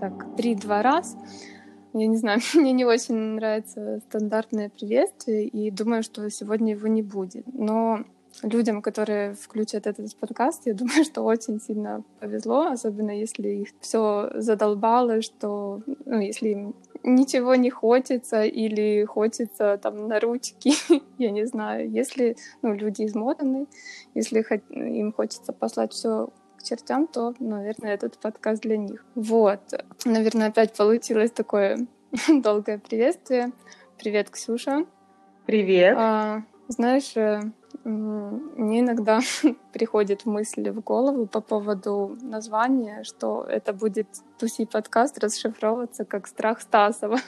так 3-2 раз. Я не знаю, мне не очень нравится стандартное приветствие, и думаю, что сегодня его не будет. Но людям, которые включат этот подкаст, я думаю, что очень сильно повезло, особенно если их все задолбало, что если им ничего не хочется или хочется там на ручки, я не знаю, если люди измотаны, если им хочется послать все к чертям, то, наверное, этот подкаст для них. Вот. Наверное, опять получилось такое долгое приветствие. Привет, Ксюша. Привет. Знаешь, мне иногда приходит мысль в голову по поводу названия, что это будет Туси-подкаст расшифровываться как «Страх Стасова».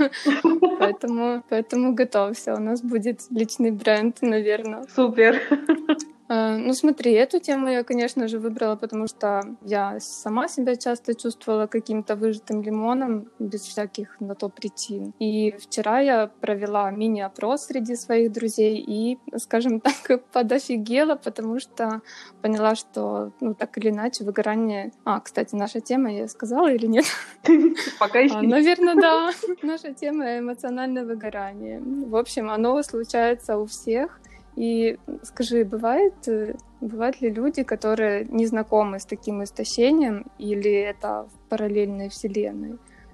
Поэтому готовься. У нас будет личный бренд, наверное. Супер. Смотри, эту тему я, конечно же, выбрала, потому что я сама себя часто чувствовала каким-то выжатым лимоном без всяких на то причин. И вчера я провела мини-опрос среди своих друзей и, скажем так, подофигела, потому что поняла, что, так или иначе, выгорание... Кстати, наша тема, я сказала или нет? Пока еще нет. Наверное, да. Наша тема — эмоциональное выгорание. В общем, оно случается у всех. И скажи, бывают ли люди, которые не знакомы с таким истощением, или это в параллельной вселенной?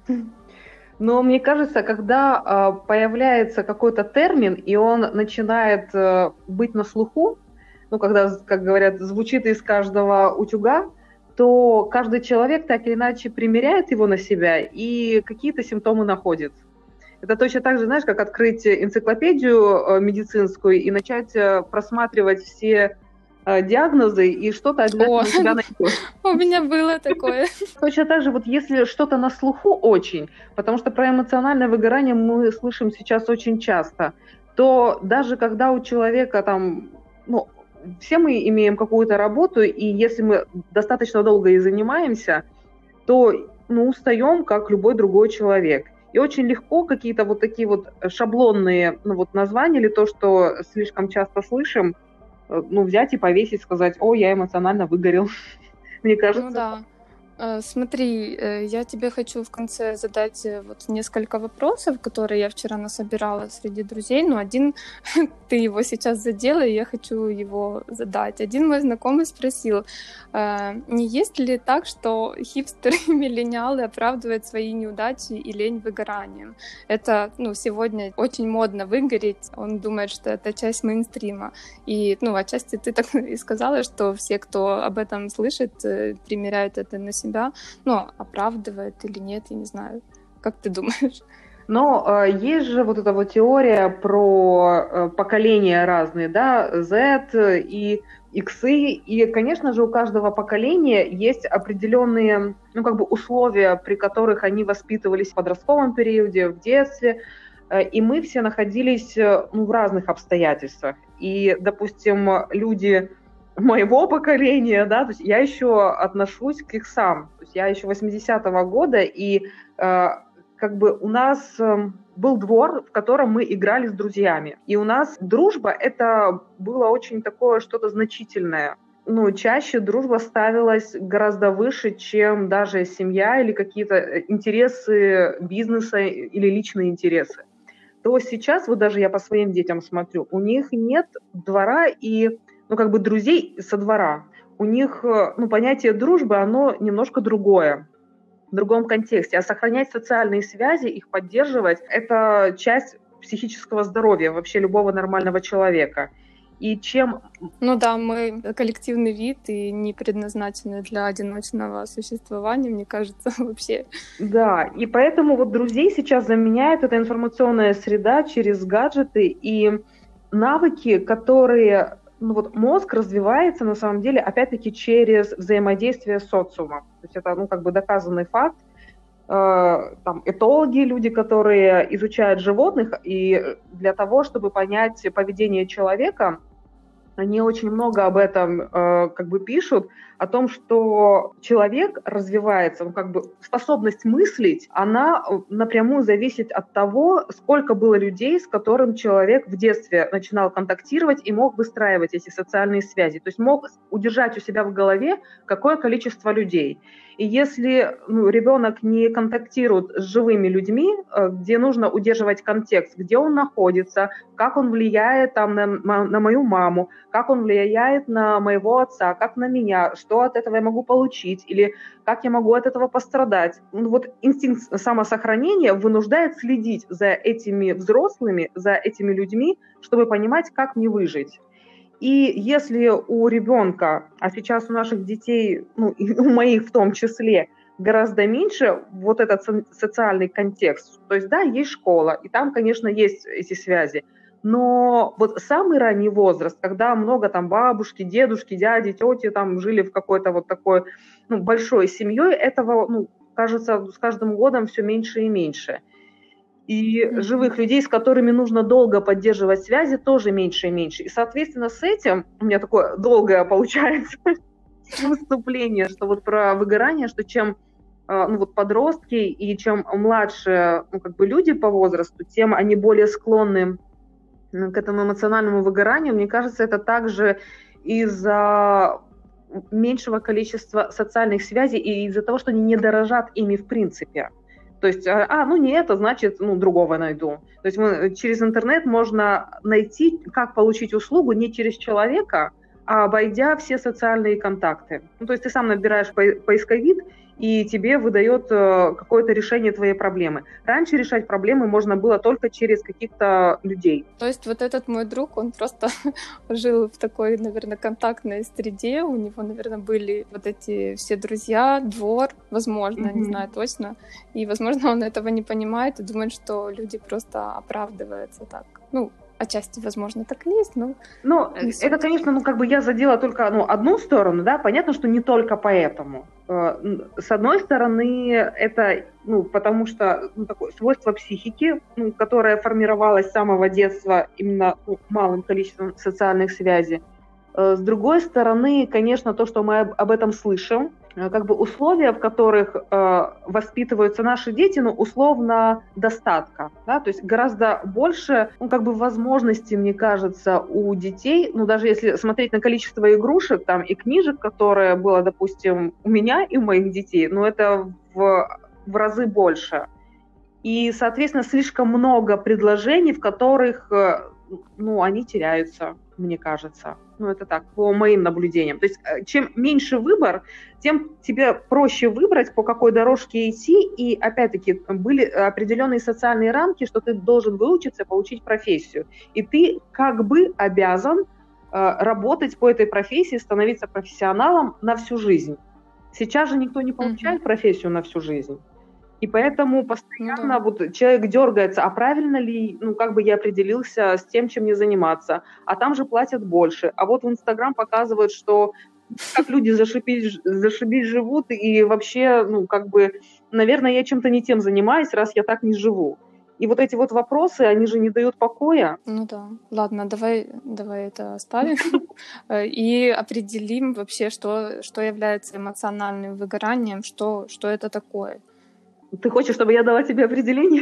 Но мне кажется, когда появляется какой-то термин, и он начинает быть на слуху, когда, как говорят, звучит из каждого утюга, то каждый человек так или иначе примеряет его на себя и какие-то симптомы находит. Это точно так же, знаешь, как открыть энциклопедию медицинскую и начать просматривать все диагнозы, и что-то обязательно у тебя найдешь. У меня было такое. Точно так же, вот если что-то на слуху очень, потому что про эмоциональное выгорание мы слышим сейчас очень часто, то даже когда у человека там, все мы имеем какую-то работу, и если мы достаточно долго и занимаемся, то устаем, как любой другой человек. И очень легко какие-то вот такие вот шаблонные названия или то, что слишком часто слышим, взять и повесить, сказать: «О, я эмоционально выгорел». Мне кажется. Да. Смотри, я тебе хочу в конце задать несколько вопросов, которые я вчера насобирала среди друзей. Один ты его сейчас задела, и я хочу его задать. Один мой знакомый спросил, не есть ли так, что хипстеры и миллениалы оправдывают свои неудачи и лень выгоранием? Это, сегодня очень модно выгореть. Он думает, что это часть мейнстрима. И, отчасти ты так и сказала, что все, кто об этом слышит, примеряют это на себя. Оправдывает или нет, я не знаю. Как ты думаешь? Есть же вот эта вот теория про поколения разные, да, Z и Иксы, и, конечно же, у каждого поколения есть определенные, условия, при которых они воспитывались в подростковом периоде, в детстве, и мы все находились, в разных обстоятельствах. И, допустим, люди моего поколения, да, то есть я еще отношусь к иксам, то есть я еще 80-го года, и у нас был двор, в котором мы играли с друзьями, и у нас дружба — это было очень такое что-то значительное. Чаще дружба ставилась гораздо выше, чем даже семья или какие-то интересы бизнеса или личные интересы. То сейчас, даже я по своим детям смотрю, у них нет двора и друзей со двора. У них, понятие дружбы, оно немножко другое, в другом контексте. А сохранять социальные связи, их поддерживать – это часть психического здоровья вообще любого нормального человека. И чем... мы коллективный вид и не предназначены для одиночного существования, мне кажется, вообще. Да, и поэтому друзей сейчас заменяет эта информационная среда через гаджеты и навыки, которые... мозг развивается, на самом деле, опять-таки, через взаимодействие с социумом. То есть это, доказанный факт. Этологи, люди, которые изучают животных, и для того, чтобы понять поведение человека, они очень много об этом пишут, о том, что человек развивается, способность мыслить, она напрямую зависит от того, сколько было людей, с которым человек в детстве начинал контактировать и мог выстраивать эти социальные связи. То есть мог удержать у себя в голове какое количество людей. И если ребенок не контактирует с живыми людьми, где нужно удерживать контекст, где он находится, как он влияет там, на мою маму, как он влияет на моего отца, как на меня, что от этого я могу получить, или как я могу от этого пострадать. Вот инстинкт самосохранения вынуждает следить за этими взрослыми, за этими людьми, чтобы понимать, как мне выжить. И если у ребенка, а сейчас у наших детей, и у моих в том числе, гораздо меньше вот этот социальный контекст, то есть, да, есть школа, и там, конечно, есть эти связи, но вот самый ранний возраст, когда много там бабушки, дедушки, дяди, тети там жили в какой-то вот такой большой семьей, этого, кажется, с каждым годом все меньше и меньше. И живых людей, с которыми нужно долго поддерживать связи, тоже меньше и меньше. И, соответственно, с этим у меня такое долгое получается выступление, что вот про выгорание, что чем подростки и чем младше люди по возрасту, тем они более склонны к этому эмоциональному выгоранию. Мне кажется, это также из-за меньшего количества социальных связей и из-за того, что они не дорожат ими в принципе. То есть, не это, значит, другого найду. То есть через интернет можно найти, как получить услугу не через человека, а обойдя все социальные контакты. То есть ты сам набираешь поисковик, и тебе выдает какое-то решение твоей проблемы. Раньше решать проблемы можно было только через каких-то людей. То есть вот этот мой друг, он просто жил в такой, наверное, контактной среде, у него, наверное, были вот эти все друзья, двор, возможно, не знаю точно, и, возможно, он этого не понимает и думает, что люди просто оправдываются так. Отчасти, возможно, так и есть, но... это, конечно, я задела только одну сторону, да, понятно, что не только поэтому. С одной стороны, это, потому что такое свойство психики, которое формировалось с самого детства именно малым количеством социальных связей. С другой стороны, конечно, то, что мы об этом слышим, условия, в которых воспитываются наши дети, условно достатка, да, то есть гораздо больше, возможностей, мне кажется, у детей, даже если смотреть на количество игрушек там и книжек, которые было, допустим, у меня и у моих детей, это в разы больше. И, соответственно, слишком много предложений, в которых, они теряются, мне кажется. Это так, по моим наблюдениям. То есть чем меньше выбор, тем тебе проще выбрать, по какой дорожке идти. И, опять-таки, были определенные социальные рамки, что ты должен выучиться, получить профессию. И ты обязан работать по этой профессии, становиться профессионалом на всю жизнь. Сейчас же никто не получает профессию на всю жизнь. И поэтому постоянно человек дергается, а правильно ли, я определился с тем, чем мне заниматься, а там же платят больше. А вот в Инстаграм показывают, что как люди зашибись живут, и вообще, наверное, я чем-то не тем занимаюсь, раз я так не живу. И вот эти вопросы, они же не дают покоя. Ладно, давай это оставим и определим вообще, что является эмоциональным выгоранием, что это такое. Ты хочешь, чтобы я дала тебе определение?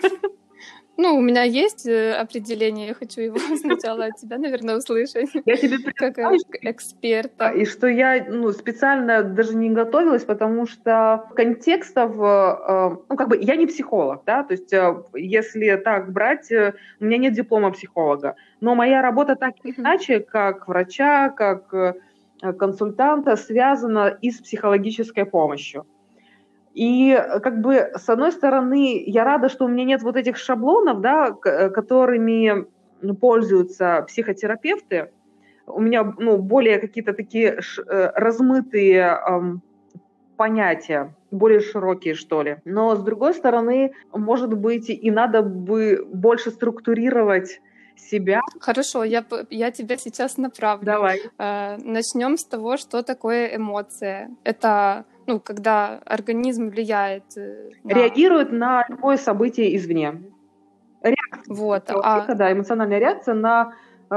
У меня есть определение, я хочу его сначала от тебя, наверное, услышать. Я тебе как эксперта. И что я специально даже не готовилась, потому что контекстов, я не психолог, да, то есть если так брать, у меня нет диплома психолога, но моя работа так или иначе, как врача, как консультанта, связана и с психологической помощью. И с одной стороны, я рада, что у меня нет вот этих шаблонов, да, которыми пользуются психотерапевты. У меня более какие-то такие размытые понятия, более широкие, что ли. Но с другой стороны, может быть, и надо бы больше структурировать себя. Хорошо, я тебя сейчас направлю. Давай. Начнем с того, что такое эмоция. Это когда организм влияет... Реагирует на любое событие извне. Реакция. Да, эмоциональная реакция на...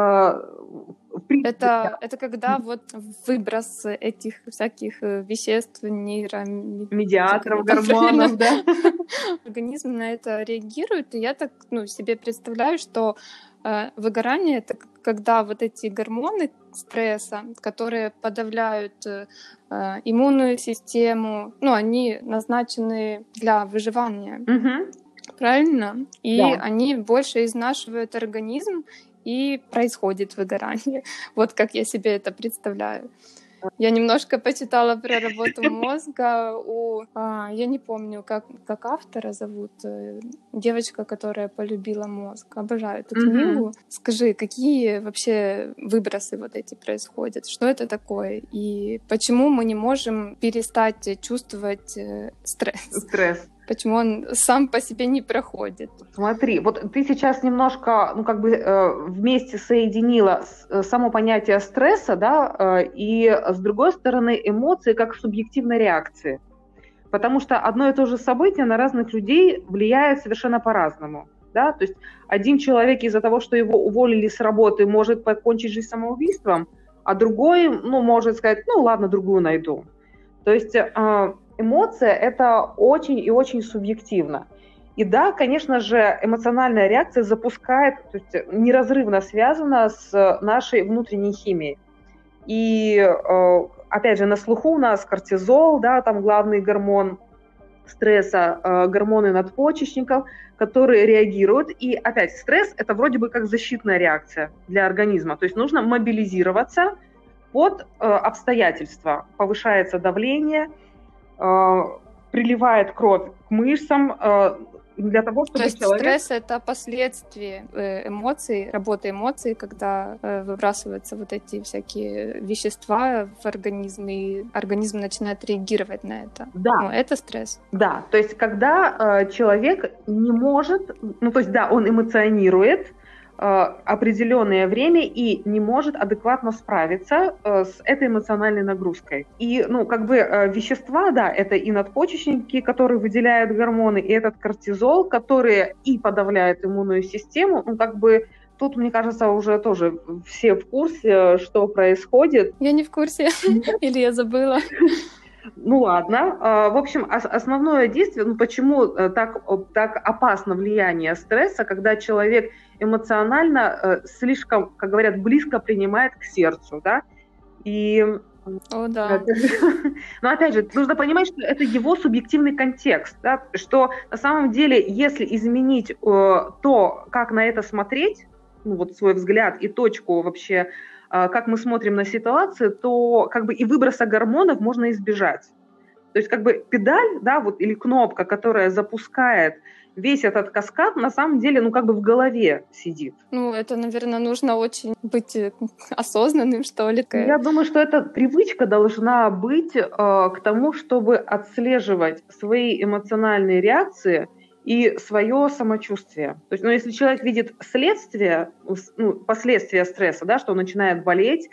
Это когда выброс этих всяких веществ, медиаторов, гормонов, да. Организм на это реагирует, и я так себе представляю, что выгорание — это когда вот эти гормоны стресса, которые подавляют иммунную систему, ну, они назначены для выживания, правильно? И Да. они больше изнашивают организм, и происходит выгорание. Вот как я себе это представляю. Я немножко почитала про работу мозга я не помню, как автора зовут, девочка, которая полюбила мозг. Обожаю эту книгу. Скажи, какие вообще выбросы вот эти происходят? Что это такое? И почему мы не можем перестать чувствовать стресс? Почему он сам по себе не проходит? Смотри, вот ты сейчас немножко, вместе соединила само понятие стресса, да, и с другой стороны эмоции как субъективной реакции. Потому что одно и то же событие на разных людей влияет совершенно по-разному. Да? То есть один человек из-за того, что его уволили с работы, может покончить жизнь самоубийством, а другой, может сказать, ладно, другую найду. То есть эмоция – это очень и очень субъективно. И да, конечно же, эмоциональная реакция запускает, то есть неразрывно связана с нашей внутренней химией. И, опять же, на слуху у нас кортизол, да, там главный гормон стресса, гормоны надпочечников, которые реагируют. И опять, стресс – это вроде бы как защитная реакция для организма. То есть нужно мобилизироваться под обстоятельства. Повышается давление, приливает кровь к мышцам для того, чтобы То есть человек... стресс — это последствия эмоций, работы эмоций, когда выбрасываются вот эти всякие вещества в организм, и организм начинает реагировать на это. Да. Это стресс. Да, то есть когда человек не может... он эмоционирует определенное время и не может адекватно справиться с этой эмоциональной нагрузкой. И, вещества, да, это и надпочечники, которые выделяют гормоны, и этот кортизол, которые и подавляют иммунную систему. Тут, мне кажется, уже тоже все в курсе, что происходит. Я не в курсе. Или я забыла. Ладно. В общем, основное действие, почему так опасно влияние стресса, когда человек эмоционально слишком, как говорят, близко принимает к сердцу, да? И... О, да. Но опять же, нужно понимать, что это его субъективный контекст, да? Что на самом деле, если изменить то, как на это смотреть, свой взгляд и точку вообще, как мы смотрим на ситуацию, то и выброса гормонов можно избежать. То есть педаль, да, или кнопка, которая запускает весь этот каскад, на самом деле, в голове сидит. Это, наверное, нужно очень быть осознанным, что ли. Я думаю, что эта привычка должна быть к тому, чтобы отслеживать свои эмоциональные реакции и свое самочувствие. То есть, если человек видит следствие, последствия стресса, да, что он начинает болеть,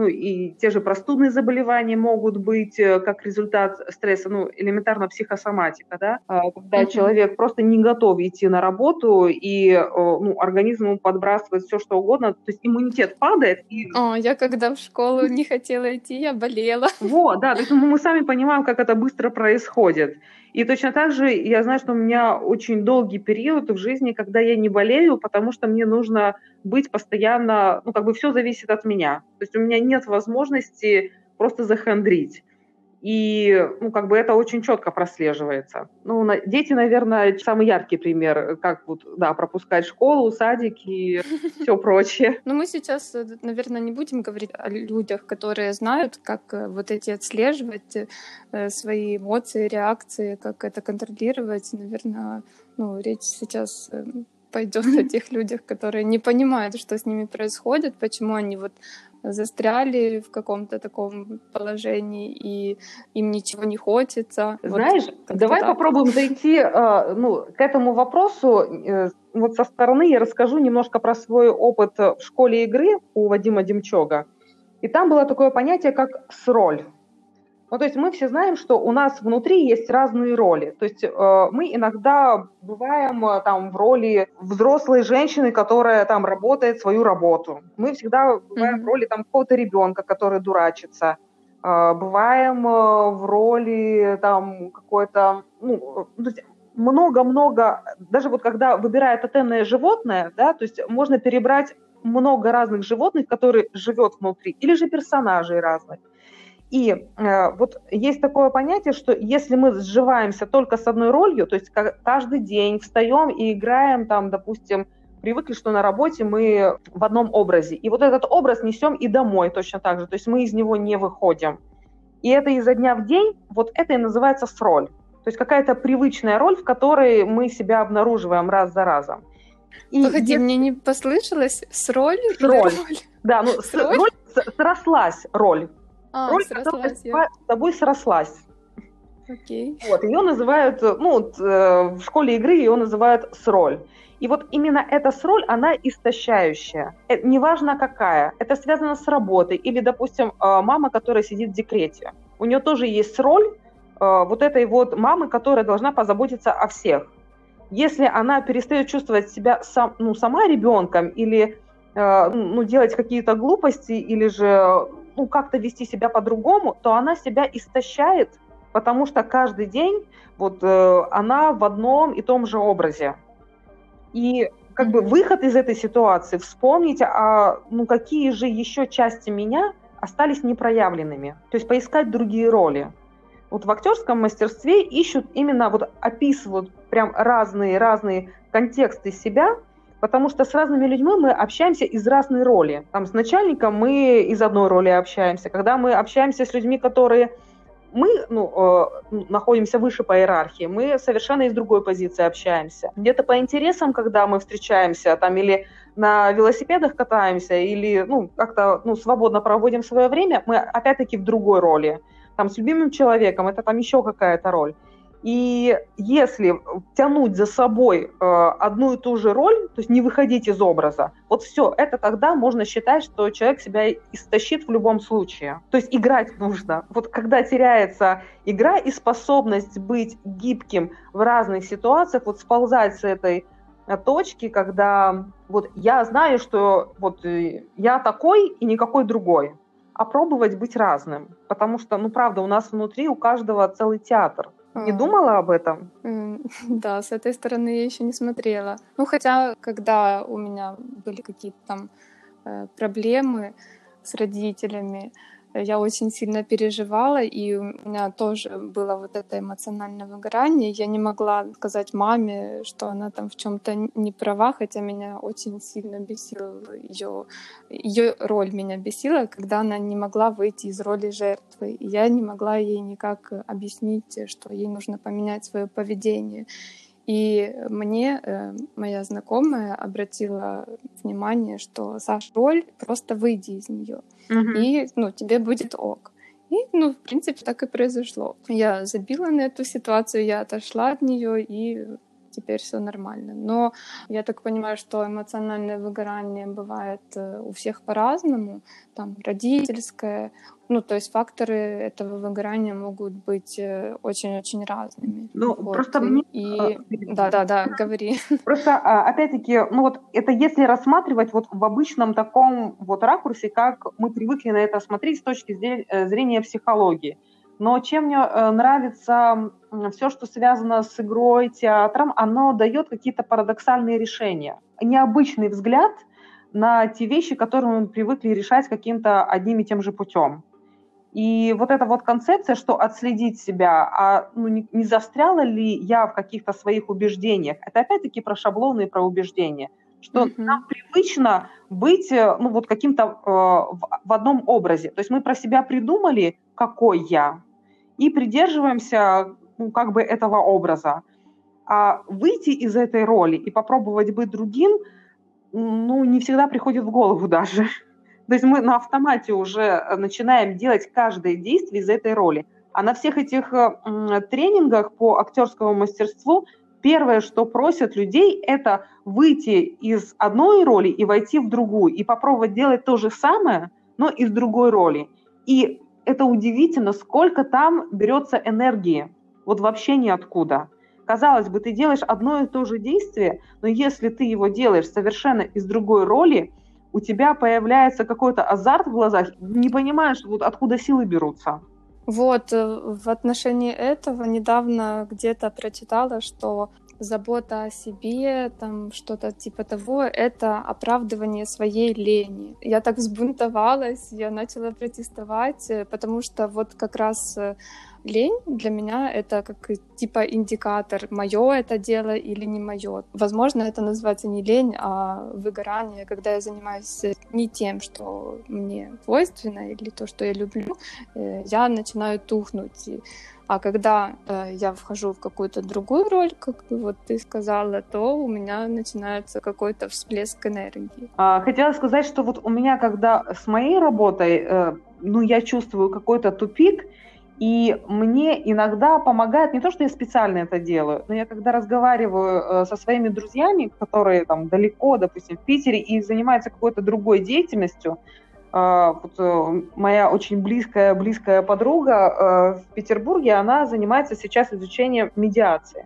и те же простудные заболевания могут быть как результат стресса, элементарно психосоматика, да, когда человек просто не готов идти на работу, и организм ему подбрасывает все, что угодно, то есть иммунитет падает. Я когда в школу не хотела идти, я болела. Вот, да, то есть мы сами понимаем, как это быстро происходит. И точно так же я знаю, что у меня очень долгий период в жизни, когда я не болею, потому что мне нужно быть постоянно, все зависит от меня. То есть у меня нет возможности просто захандрить. И, это очень четко прослеживается. Дети, наверное, самый яркий пример, как пропускать школу, садик и все прочее. Мы сейчас, наверное, не будем говорить о людях, которые знают, как вот эти отслеживать свои эмоции, реакции, как это контролировать. Наверное, речь сейчас пойдет о тех людях, которые не понимают, что с ними происходит, почему они застряли в каком-то таком положении, и им ничего не хочется. Знаешь, давай попробуем зайти к этому вопросу со стороны. Я расскажу немножко про свой опыт в школе игры у Вадима Демчога. И там было такое понятие, как с-роль. То есть мы все знаем, что у нас внутри есть разные роли. То есть мы иногда бываем в роли взрослой женщины, которая работает свою работу. Мы всегда бываем в роли какого-то ребенка, который дурачится. Бываем в роли какой-то... много-много, даже вот когда выбирая тотемное животное, да, то есть можно перебрать много разных животных, которые живет внутри, или же персонажей разных. И вот есть такое понятие, что если мы сживаемся только с одной ролью, то есть каждый день встаем и играем там, допустим, привыкли, что на работе мы в одном образе, и вот этот образ несем и домой точно так же, то есть мы из него не выходим. И это изо дня в день, вот это и называется с-роль. То есть какая-то привычная роль, в которой мы себя обнаруживаем раз за разом. И погоди, мне не послышалось с-роль или роль? Да, ну роль срослась роль. Роль, срослась, которая с тобой срослась. Окей. Вот, ее называют, в школе игры ее называют с-роль. И вот именно эта с-роль, она истощающая. Неважно какая. Это связано с работой. Или, допустим, мама, которая сидит в декрете. У нее тоже есть с-роль вот этой вот мамы, которая должна позаботиться о всех. Если она перестает чувствовать себя сама ребенком или делать какие-то глупости, или же как-то вести себя по-другому, то она себя истощает, потому что каждый день она в одном и том же образе. И как бы выход из этой ситуации, вспомнить, какие же еще части меня остались непроявленными. То есть поискать другие роли. Вот в актерском мастерстве ищут именно, описывают прям разные контексты себя, потому что с разными людьми мы общаемся из разной роли. Там, с начальником мы из одной роли общаемся. Когда мы общаемся с людьми, которые мы находимся выше по иерархии, мы совершенно из другой позиции общаемся. Где-то по интересам, когда мы встречаемся, там, или на велосипедах катаемся, или как-то свободно проводим свое время, мы опять-таки в другой роли. Там, с любимым человеком, это там еще какая-то роль. И если тянуть за собой одну и ту же роль, то есть не выходить из образа, вот все, это тогда можно считать, что человек себя истощит в любом случае. То есть играть нужно. Вот когда теряется игра и способность быть гибким в разных ситуациях, сползать с этой точки, когда я знаю, что я такой и никакой другой, а пробовать быть разным. Потому что, правда, у нас внутри у каждого целый театр. Не думала об этом? Да, с этой стороны я еще не смотрела. Хотя, когда у меня были какие-то там проблемы с родителями, я очень сильно переживала, и у меня тоже было это эмоциональное выгорание. Я не могла сказать маме, что она там в чем-то не права, хотя меня очень сильно бесила ее роль меня бесила, когда она не могла выйти из роли жертвы. И я не могла ей никак объяснить, что ей нужно поменять свое поведение. И мне моя знакомая обратила внимание, что Саш, роль, просто выйди из нее, и тебе будет ок. И, в принципе, так и произошло. Я забила на эту ситуацию, я отошла от нее, и теперь все нормально. Но я так понимаю, что эмоциональное выгорание бывает у всех по-разному, там родительское, то есть факторы этого выгорания могут быть очень-очень разными. Просто мне... Да, говори. Просто, опять-таки, это если рассматривать в обычном таком ракурсе, как мы привыкли на это смотреть с точки зрения психологии. Но чем мне нравится все, что связано с игрой, театром, оно дает какие-то парадоксальные решения. Необычный взгляд на те вещи, которые мы привыкли решать каким-то одним и тем же путем. И эта концепция, что отследить себя, не застряла ли я в каких-то своих убеждениях, это опять-таки про шаблоны и про убеждения, что нам привычно быть каким-то в одном образе. То есть мы про себя придумали, какой я, и придерживаемся этого образа. А выйти из этой роли и попробовать быть другим, не всегда приходит в голову даже. То есть мы на автомате уже начинаем делать каждое действие из этой роли. А на всех этих тренингах по актерскому мастерству первое, что просят людей, это выйти из одной роли и войти в другую, и попробовать делать то же самое, но из другой роли. И это удивительно, сколько там берется энергии, вообще ниоткуда. Казалось бы, ты делаешь одно и то же действие, но если ты его делаешь совершенно из другой роли, у тебя появляется какой-то азарт в глазах, не понимаешь, откуда силы берутся. Вот, в отношении этого недавно где-то прочитала, что забота о себе, там что-то типа того, это оправдывание своей лени. Я так взбунтовалась, я начала протестовать, потому что вот как раз лень для меня это как типа индикатор, мое это дело или не мое. Возможно, это называется не лень, а выгорание, когда я занимаюсь не тем, что мне свойственно или то, что я люблю, я начинаю тухнуть. А когда я вхожу в какую-то другую роль, как вот ты сказала, то у меня начинается какой-то всплеск энергии. Хотела сказать, что вот у меня, когда с моей работой, я чувствую какой-то тупик, и мне иногда помогает не то, что я специально это делаю, но я когда разговариваю со своими друзьями, которые там далеко, допустим, в Питере, и занимаются какой-то другой деятельностью. Моя очень близкая подруга в Петербурге, она занимается сейчас изучением медиации.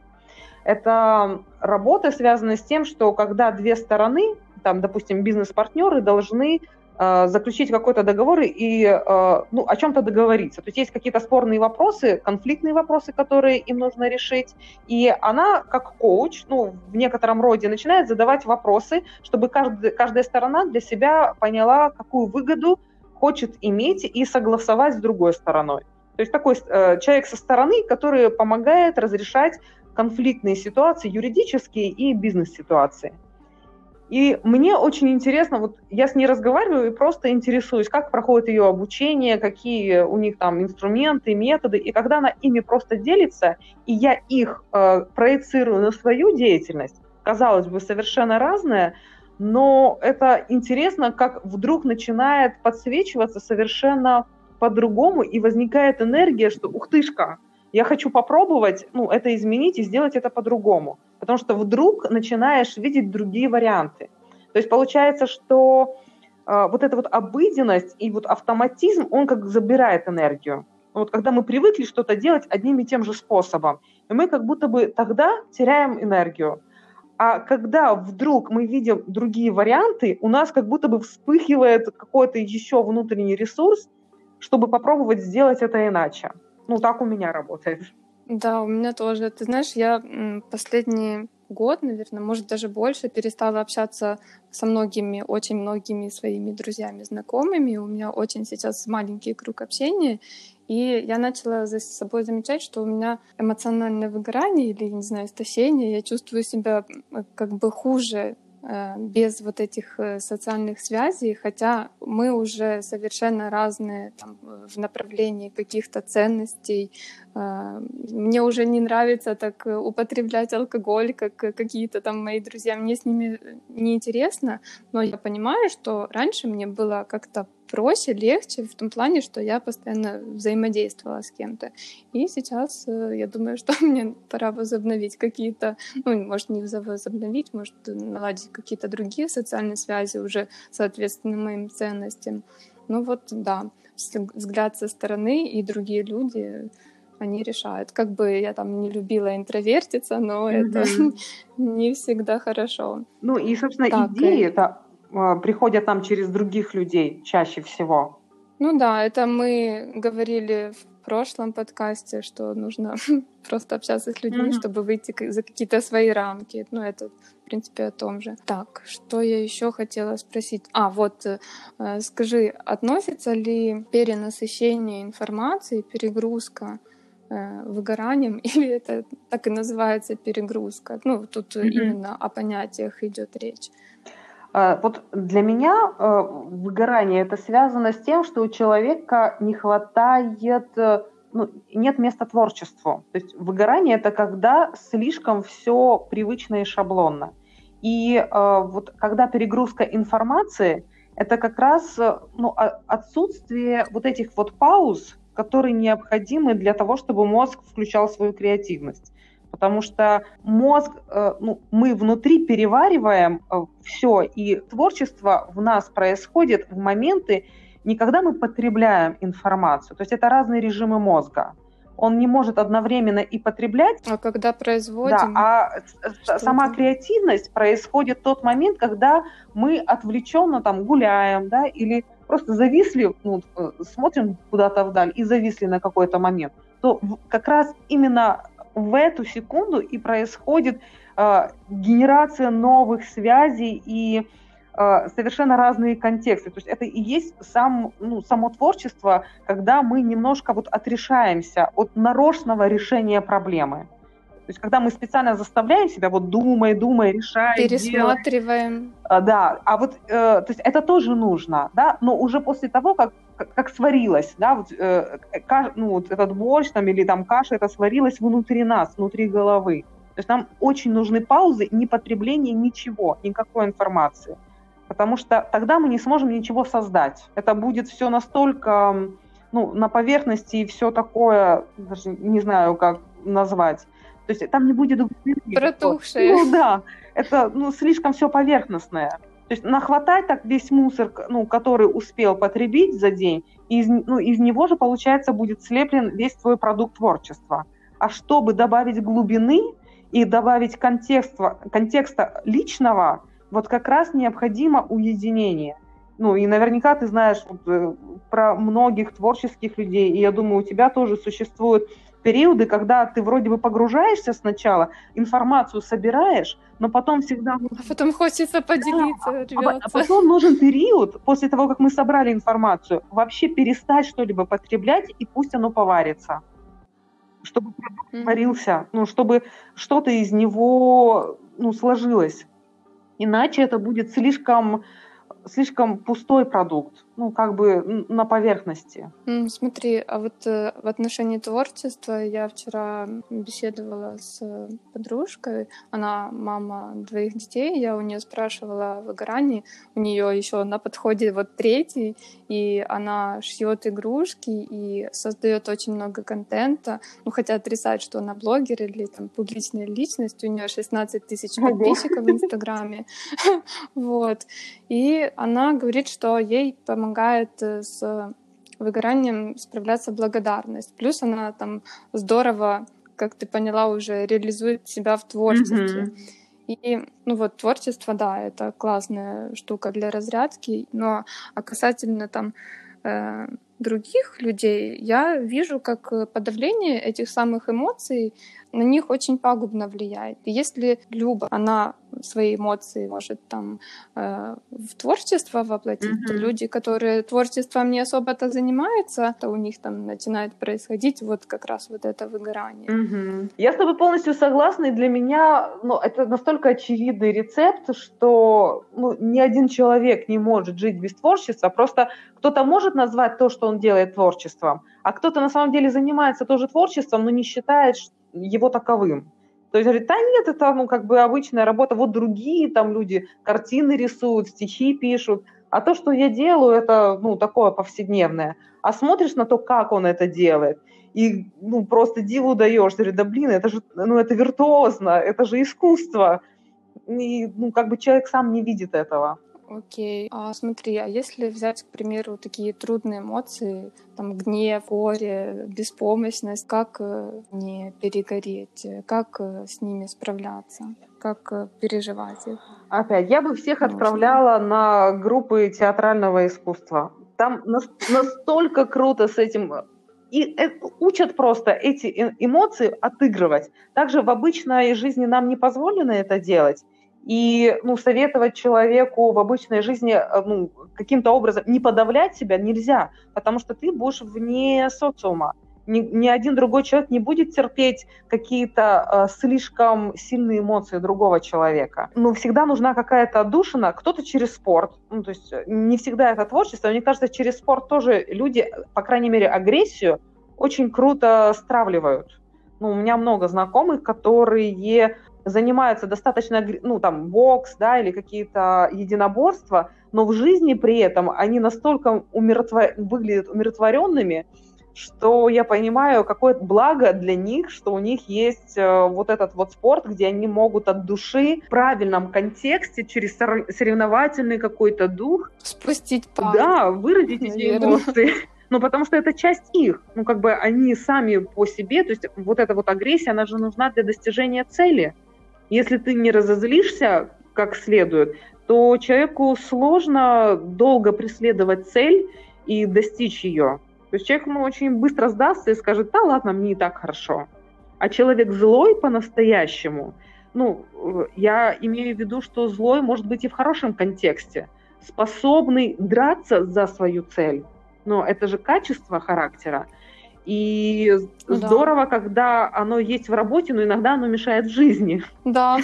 Это работа, связанная с тем, что когда две стороны, там, допустим, бизнес-партнеры, должны заключить какой-то договор и о чем-то договориться. То есть какие-то спорные вопросы, конфликтные вопросы, которые им нужно решить. И она, как коуч, в некотором роде начинает задавать вопросы, чтобы каждая сторона для себя поняла, какую выгоду хочет иметь и согласовать с другой стороной. То есть такой человек со стороны, который помогает разрешать конфликтные ситуации, юридические и бизнес-ситуации. И мне очень интересно, вот я с ней разговариваю и просто интересуюсь, как проходит ее обучение, какие у них там инструменты, методы. И когда она ими просто делится, и я их проецирую на свою деятельность, казалось бы, совершенно разное, но это интересно, как вдруг начинает подсвечиваться совершенно по-другому, и возникает энергия, что ух тышка, я хочу попробовать это изменить и сделать это по-другому. Потому что вдруг начинаешь видеть другие варианты. То есть получается, что вот эта вот обыденность и вот автоматизм, он как забирает энергию. Вот когда мы привыкли что-то делать одним и тем же способом, и мы как будто бы тогда теряем энергию. А когда вдруг мы видим другие варианты, у нас как будто бы вспыхивает какой-то еще внутренний ресурс, чтобы попробовать сделать это иначе. Так у меня работает. Да, у меня тоже. Ты знаешь, я последний год, наверное, может даже больше, перестала общаться со очень многими своими друзьями, знакомыми. У меня очень сейчас маленький круг общения. И я начала за собой замечать, что у меня эмоциональное выгорание или, не знаю, истощение. Я чувствую себя как бы хуже без вот этих социальных связей, хотя мы уже совершенно разные там, в направлении каких-то ценностей. Мне уже не нравится так употреблять алкоголь, как какие-то там мои друзья. Мне с ними неинтересно, но я понимаю, что раньше мне было как-то проще, легче в том плане, что я постоянно взаимодействовала с кем-то. И сейчас я думаю, что мне пора возобновить какие-то, может, не возобновить, может, наладить какие-то другие социальные связи уже, соответственно, моим ценностям. Да, взгляд со стороны и другие люди, они решают. Как бы я там не любила интровертиться, но это не всегда хорошо. И, собственно, идеи это приходят нам через других людей чаще всего. Это мы говорили в прошлом подкасте, что нужно просто общаться с людьми, чтобы выйти за какие-то свои рамки. Это, в принципе, о том же. Так, что я еще хотела спросить? Скажи, относится ли перенасыщение информации, перегрузка выгоранием, или это так и называется перегрузка? Тут именно о понятиях идет речь. Вот для меня выгорание это связано с тем, что у человека не хватает, нет места творчеству. То есть выгорание это когда слишком все привычно и шаблонно. И вот когда перегрузка информации, это как раз отсутствие вот этих вот пауз, которые необходимы для того, чтобы мозг включал свою креативность. Потому что мозг, мы внутри перевариваем все, и творчество в нас происходит в моменты, не когда мы потребляем информацию, то есть это разные режимы мозга. Он не может одновременно и потреблять. А когда производим? Да, сама креативность происходит в тот момент, когда мы отвлеченно там гуляем, да, или просто зависли, ну, смотрим куда-то вдаль и зависли на какой-то момент, то как раз именно в эту секунду и происходит генерация новых связей и совершенно разные контексты. То есть это и есть само творчество, когда мы немножко вот отрешаемся от нарочного решения проблемы. То есть когда мы специально заставляем себя вот думай, решай, пересматриваем. Да, а вот то есть это тоже нужно, да, но уже после того, как сварилось, да, вот, вот этот борщ там, или там каша, это сварилось внутри нас, внутри головы. То есть нам очень нужны паузы, не потребление ничего, никакой информации. Потому что тогда мы не сможем ничего создать. Это будет все настолько, на поверхности и все такое, даже не знаю, как назвать. То есть там не будет протухшее. Ну да, это слишком все поверхностное. То есть нахватать так весь мусор, который успел потребить за день, и из него же, получается, будет слеплен весь твой продукт творчества. А чтобы добавить глубины и добавить контекста личного, вот как раз необходимо уединение. И наверняка ты знаешь про многих творческих людей, и я думаю, у тебя тоже существуют периоды, когда ты вроде бы погружаешься сначала, информацию собираешь, но потом всегда... А потом хочется поделиться, рвётся. А потом нужен период, после того, как мы собрали информацию, вообще перестать что-либо потреблять, и пусть оно поварится. Чтобы продукт варился, чтобы что-то из него сложилось. Иначе это будет слишком пустой продукт, на поверхности. Смотри, а вот в отношении творчества я вчера беседовала с подружкой, она мама 2 детей, я у нее спрашивала о выгорании, у нее еще на подходе вот 3, и она шьет игрушки и создает очень много контента, хотя отрицать, что она блогер или там публичная личность, у нее 16 000 подписчиков в Инстаграме, вот, и она говорит, что ей помогает с выгоранием справляться благодарность. Плюс она там здорово, как ты поняла, уже реализует себя в творчестве. И, творчество, да, это классная штука для разрядки, но касательно там других людей, я вижу, как подавление этих самых эмоций на них очень пагубно влияет. И если Люба, она свои эмоции может там в творчество воплотить, то люди, которые творчеством не особо-то занимаются, то у них там начинает происходить вот как раз вот это выгорание. Я с тобой полностью согласна, и для меня это настолько очевидный рецепт, что ни один человек не может жить без творчества, просто кто-то может назвать то, что он делает, творчеством, а кто-то на самом деле занимается тоже творчеством, но не считает его таковым. То есть говорит, да нет, это обычная работа, вот другие там люди картины рисуют, стихи пишут, а то, что я делаю, это такое повседневное. А смотришь на то, как он это делает, и просто диву даешься, говорит, да блин, это же это виртуозно, это же искусство. И человек сам не видит этого. Окей. А смотри, а если взять, к примеру, такие трудные эмоции, там гнев, горе, беспомощность, как не перегореть, как с ними справляться, как переживать их? Опять, я бы всех отправляла на группы театрального искусства. Там настолько круто с этим... И учат просто эти эмоции отыгрывать. Также в обычной жизни нам не позволено это делать. И советовать человеку в обычной жизни каким-то образом не подавлять себя нельзя, потому что ты будешь вне социума. Ни один другой человек не будет терпеть какие-то слишком сильные эмоции другого человека. Всегда нужна какая-то отдушина, кто-то через спорт. То есть не всегда это творчество. Мне кажется, через спорт тоже люди, по крайней мере, агрессию очень круто стравливают. У меня много знакомых, которые занимаются достаточно, бокс, да, или какие-то единоборства, но в жизни при этом они настолько выглядят умиротворенными, что я понимаю, какое благо для них, что у них есть вот этот вот спорт, где они могут от души в правильном контексте, через соревновательный какой-то дух спустить пар. Да, выразить эти эмоции. Потому что это часть их. Они сами по себе, то есть вот эта вот агрессия, она же нужна для достижения цели. Если ты не разозлишься, как следует, то человеку сложно долго преследовать цель и достичь ее. То есть человек очень быстро сдастся и скажет: да ладно, мне и так хорошо. А человек злой по-настоящему, я имею в виду, что злой может быть и в хорошем контексте, способный драться за свою цель. Но это же качество характера. И здорово, когда оно есть в работе, но иногда оно мешает в жизни. Да,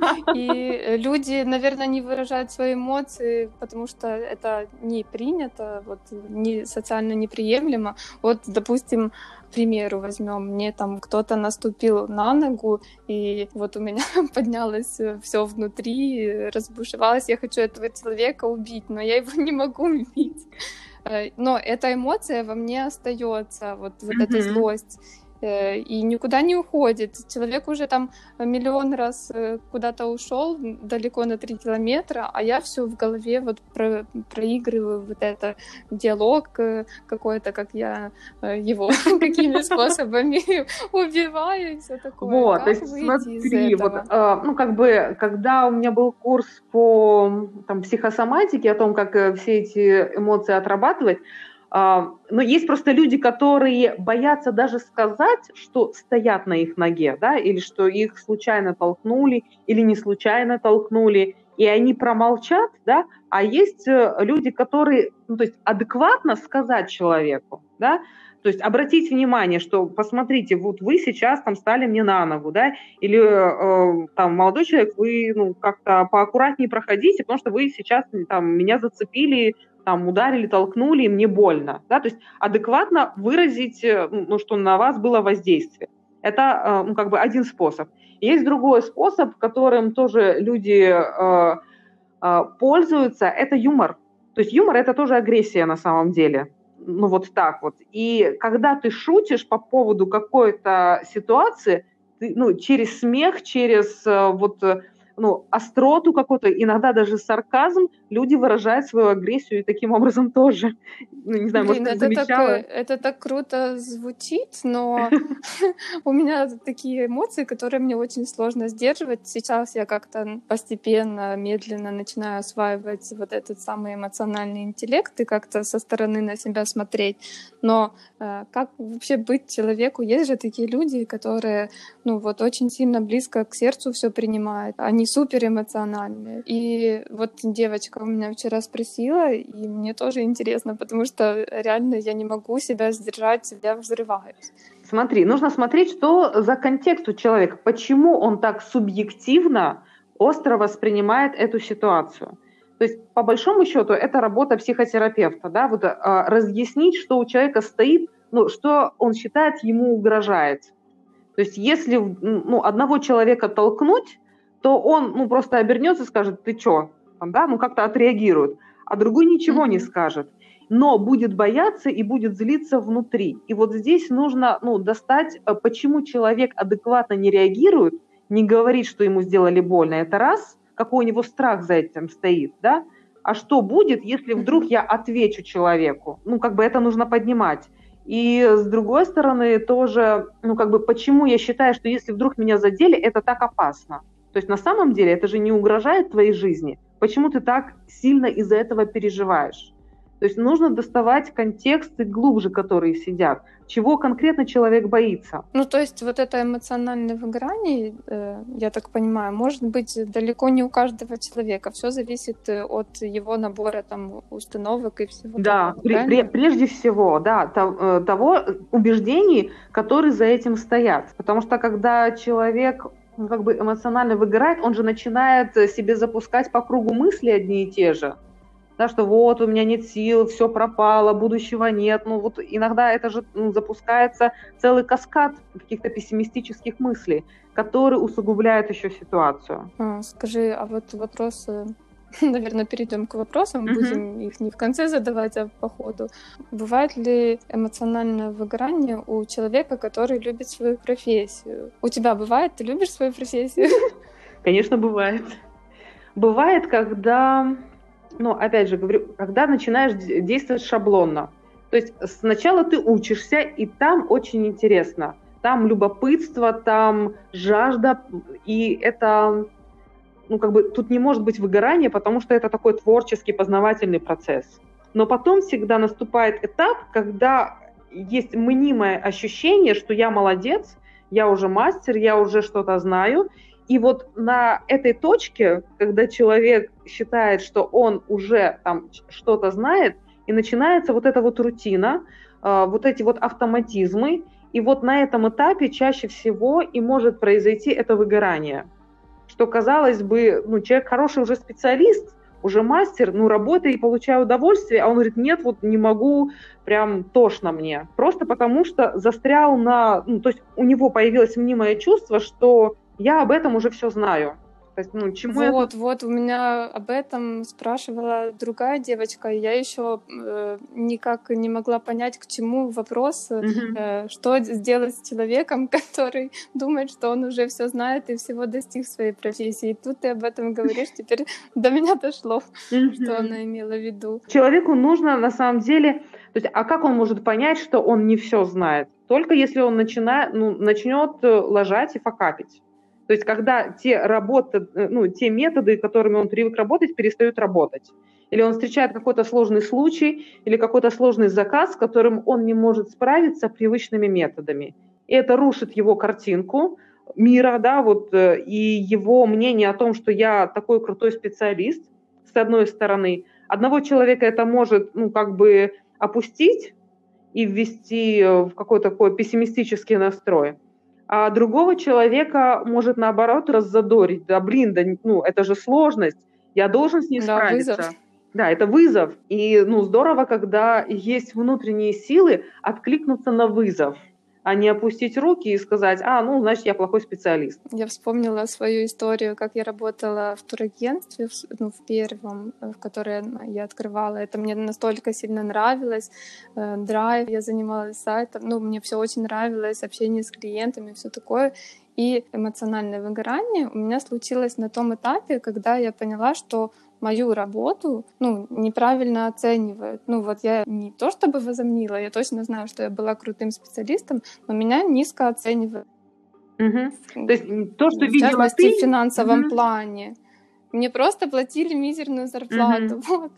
и люди, наверное, не выражают свои эмоции, потому что это не принято, не социально неприемлемо. Вот, допустим, к примеру возьмем, мне там кто-то наступил на ногу, и вот у меня поднялось все внутри, разбушевалось, я хочу этого человека убить, но я его не могу убить. Но эта эмоция во мне остается, вот эта злость, и никуда не уходит. Человек уже там миллион раз куда-то ушел далеко на 3 километра, а я все в голове проигрываю вот это диалог какой-то, как я его какими способами убиваю и все такое. Вот, то есть смотри, когда у меня был курс по психосоматике, о том, как все эти эмоции отрабатывать, но есть просто люди, которые боятся даже сказать, что стоят на их ноге, да, или что их случайно толкнули, или не случайно толкнули, и они промолчат, да, а есть люди, которые, то есть адекватно сказать человеку, да, то есть обратить внимание, что посмотрите, вот вы сейчас там стали мне на ногу, да, или молодой человек, вы как-то поаккуратнее проходите, потому что вы сейчас меня зацепили, ударили, толкнули, и мне больно. Да? То есть адекватно выразить, что на вас было воздействие. Это один способ. Есть другой способ, которым тоже люди пользуются, это юмор. То есть юмор – это тоже агрессия на самом деле. Вот так вот. И когда ты шутишь по поводу какой-то ситуации, ты, через смех, через остроту какую-то, иногда даже сарказм, люди выражают свою агрессию и таким образом тоже. Не знаю, может, ты замечала? Это так круто звучит, но у меня такие эмоции, которые мне очень сложно сдерживать. Сейчас я как-то постепенно, медленно начинаю осваивать вот этот самый эмоциональный интеллект и как-то со стороны на себя смотреть. Но как вообще быть человеку? Есть же такие люди, которые очень сильно близко к сердцу все принимают. Они суперэмоциональные. И вот девочка у меня вчера спросила, и мне тоже интересно, потому что реально я не могу себя сдержать, я взрываюсь. Смотри, нужно смотреть, что за контекст у человека, почему он так субъективно, остро воспринимает эту ситуацию. То есть, по большому счету, это работа психотерапевта, да, разъяснить, что у человека стоит, что он считает ему угрожает. То есть, если одного человека толкнуть, то он просто обернется и скажет: ты чё? Как-то отреагирует, а другой ничего не скажет, но будет бояться и будет злиться внутри. И вот здесь нужно достать, почему человек адекватно не реагирует, не говорит, что ему сделали больно. Это раз, какой у него страх за этим стоит, да? А что будет, если вдруг я отвечу человеку? Это нужно поднимать. И с другой стороны тоже, почему я считаю, что если вдруг меня задели, это так опасно. То есть на самом деле это же не угрожает твоей жизни. Почему ты так сильно из-за этого переживаешь? То есть нужно доставать контексты глубже, которые сидят. Чего конкретно человек боится? То есть вот это эмоциональное выгорание, я так понимаю, может быть далеко не у каждого человека. Все зависит от его набора установок и всего. Да, прежде всего, да, того убеждений, которые за этим стоят. Потому что когда человек эмоционально выгорает, он же начинает себе запускать по кругу мысли одни и те же. Да, что вот у меня нет сил, все пропало, будущего нет. Иногда это же запускается целый каскад каких-то пессимистических мыслей, которые усугубляют еще ситуацию. Скажи, а вот вопрос, наверное, перейдем к вопросам, будем их не в конце задавать, а по ходу. Бывает ли эмоциональное выгорание у человека, который любит свою профессию? У тебя бывает? Ты любишь свою профессию? Конечно, бывает. Бывает, когда... опять же говорю, когда начинаешь действовать шаблонно. То есть сначала ты учишься, и там очень интересно. Там любопытство, там жажда, и это ну, как бы тут не может быть выгорания, потому что это такой творческий, познавательный процесс. Но потом всегда наступает этап, когда есть мнимое ощущение, что я молодец, я уже мастер, я уже что-то знаю. И вот на этой точке, когда человек считает, что он уже там что-то знает, и начинается вот эта вот рутина, вот эти вот автоматизмы, и вот на этом этапе чаще всего и может произойти это выгорание. Что, казалось бы, ну, человек хороший уже специалист, уже мастер, ну, работаю и получаю удовольствие, а он говорит, нет, вот не могу, прям тошно мне. Просто потому что застрял ну, то есть у него появилось мнимое чувство, что я об этом уже все знаю. То есть, ну, чему вот, у меня об этом спрашивала другая девочка, и я еще никак не могла понять, к чему вопрос, что сделать с человеком, который думает, что он уже все знает и всего достиг в своей профессии. И тут ты об этом говоришь, теперь до меня дошло, что она имела в виду. Человеку нужно на самом деле, то есть, а как он может понять, что он не все знает? Только если он начнет лажать и факапить. То есть когда те методы, которыми он привык работать, перестают работать. Или он встречает какой-то сложный случай, или какой-то сложный заказ, с которым он не может справиться привычными методами. И это рушит его картинку мира, да, вот, и его мнение о том, что я такой крутой специалист, с одной стороны. Одного человека это может, ну, как бы опустить и ввести в какой-то такой пессимистический настрой. А другого человека может, наоборот, раззадорить. Да, блин, да, ну, это же сложность, я должен с ней справиться. Вызов. Да, это вызов. И, ну, здорово, когда есть внутренние силы откликнуться на вызов, а не опустить руки и сказать, значит, я плохой специалист. Я вспомнила свою историю, как я работала в турагентстве, в первом, в которое я открывала. Это мне настолько сильно нравилось. Драйв, я занималась сайтом. Мне все очень нравилось, общение с клиентами, все такое. И эмоциональное выгорание у меня случилось на том этапе, когда я поняла, что мою работу, неправильно оценивают. Я не то чтобы возомнила, я точно знаю, что я была крутым специалистом, но меня низко оценивают. То есть то, что видела ты, в финансовом плане. Мне просто платили мизерную зарплату. Вот.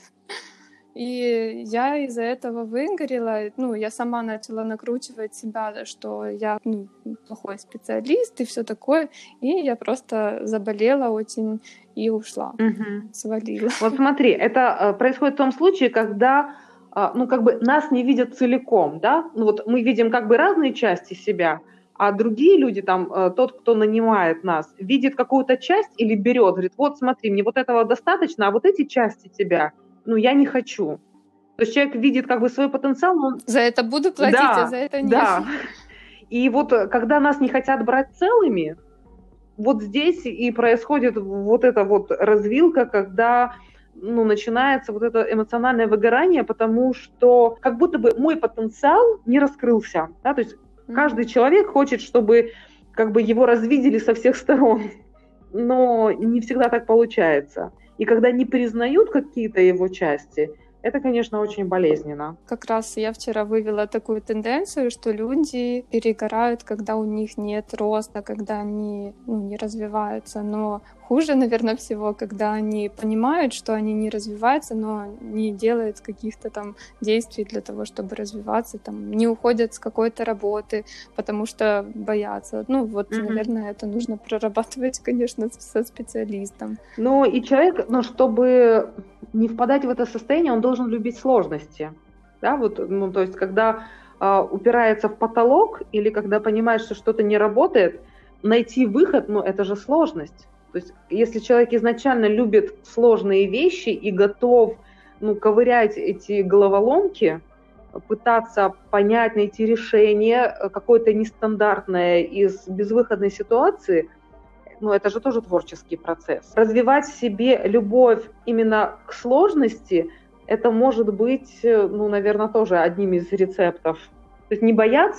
И я из-за этого выгорела. Я сама начала накручивать себя, что я плохой специалист и все такое. И я просто заболела очень и ушла, свалила. Вот смотри, это происходит в том случае, когда нас не видят целиком, да? Мы видим разные части себя, а другие люди, тот, кто нанимает нас, видит какую-то часть или берет, говорит, вот смотри, мне вот этого достаточно, а вот эти части тебя, я не хочу. То есть человек видит свой потенциал, но он... За это буду платить, а за это нет. Да. И вот когда нас не хотят брать целыми, вот здесь и происходит вот эта вот развилка, когда начинается вот это эмоциональное выгорание, потому что как будто бы мой потенциал не раскрылся. Да? То есть каждый человек хочет, чтобы его развидели со всех сторон, но не всегда так получается. И когда не признают какие-то его части, это, конечно, очень болезненно. Как раз я вчера вывела такую тенденцию, что люди перегорают, когда у них нет роста, когда они не развиваются. Но хуже, наверное, всего, когда они понимают, что они не развиваются, но не делают каких-то действий для того, чтобы развиваться, не уходят с какой-то работы, потому что боятся. Наверное, это нужно прорабатывать, конечно, со специалистом. И человек, чтобы не впадать в это состояние, он должен любить сложности. Да? То есть, когда упирается в потолок или когда понимает, что что-то не работает, найти выход, это же сложность. То есть, если человек изначально любит сложные вещи и готов, ковырять эти головоломки, пытаться понять, найти решение какое-то нестандартное из безвыходной ситуации, это же тоже творческий процесс. Развивать в себе любовь именно к сложности, это может быть, наверное, тоже одним из рецептов. То есть не бояться,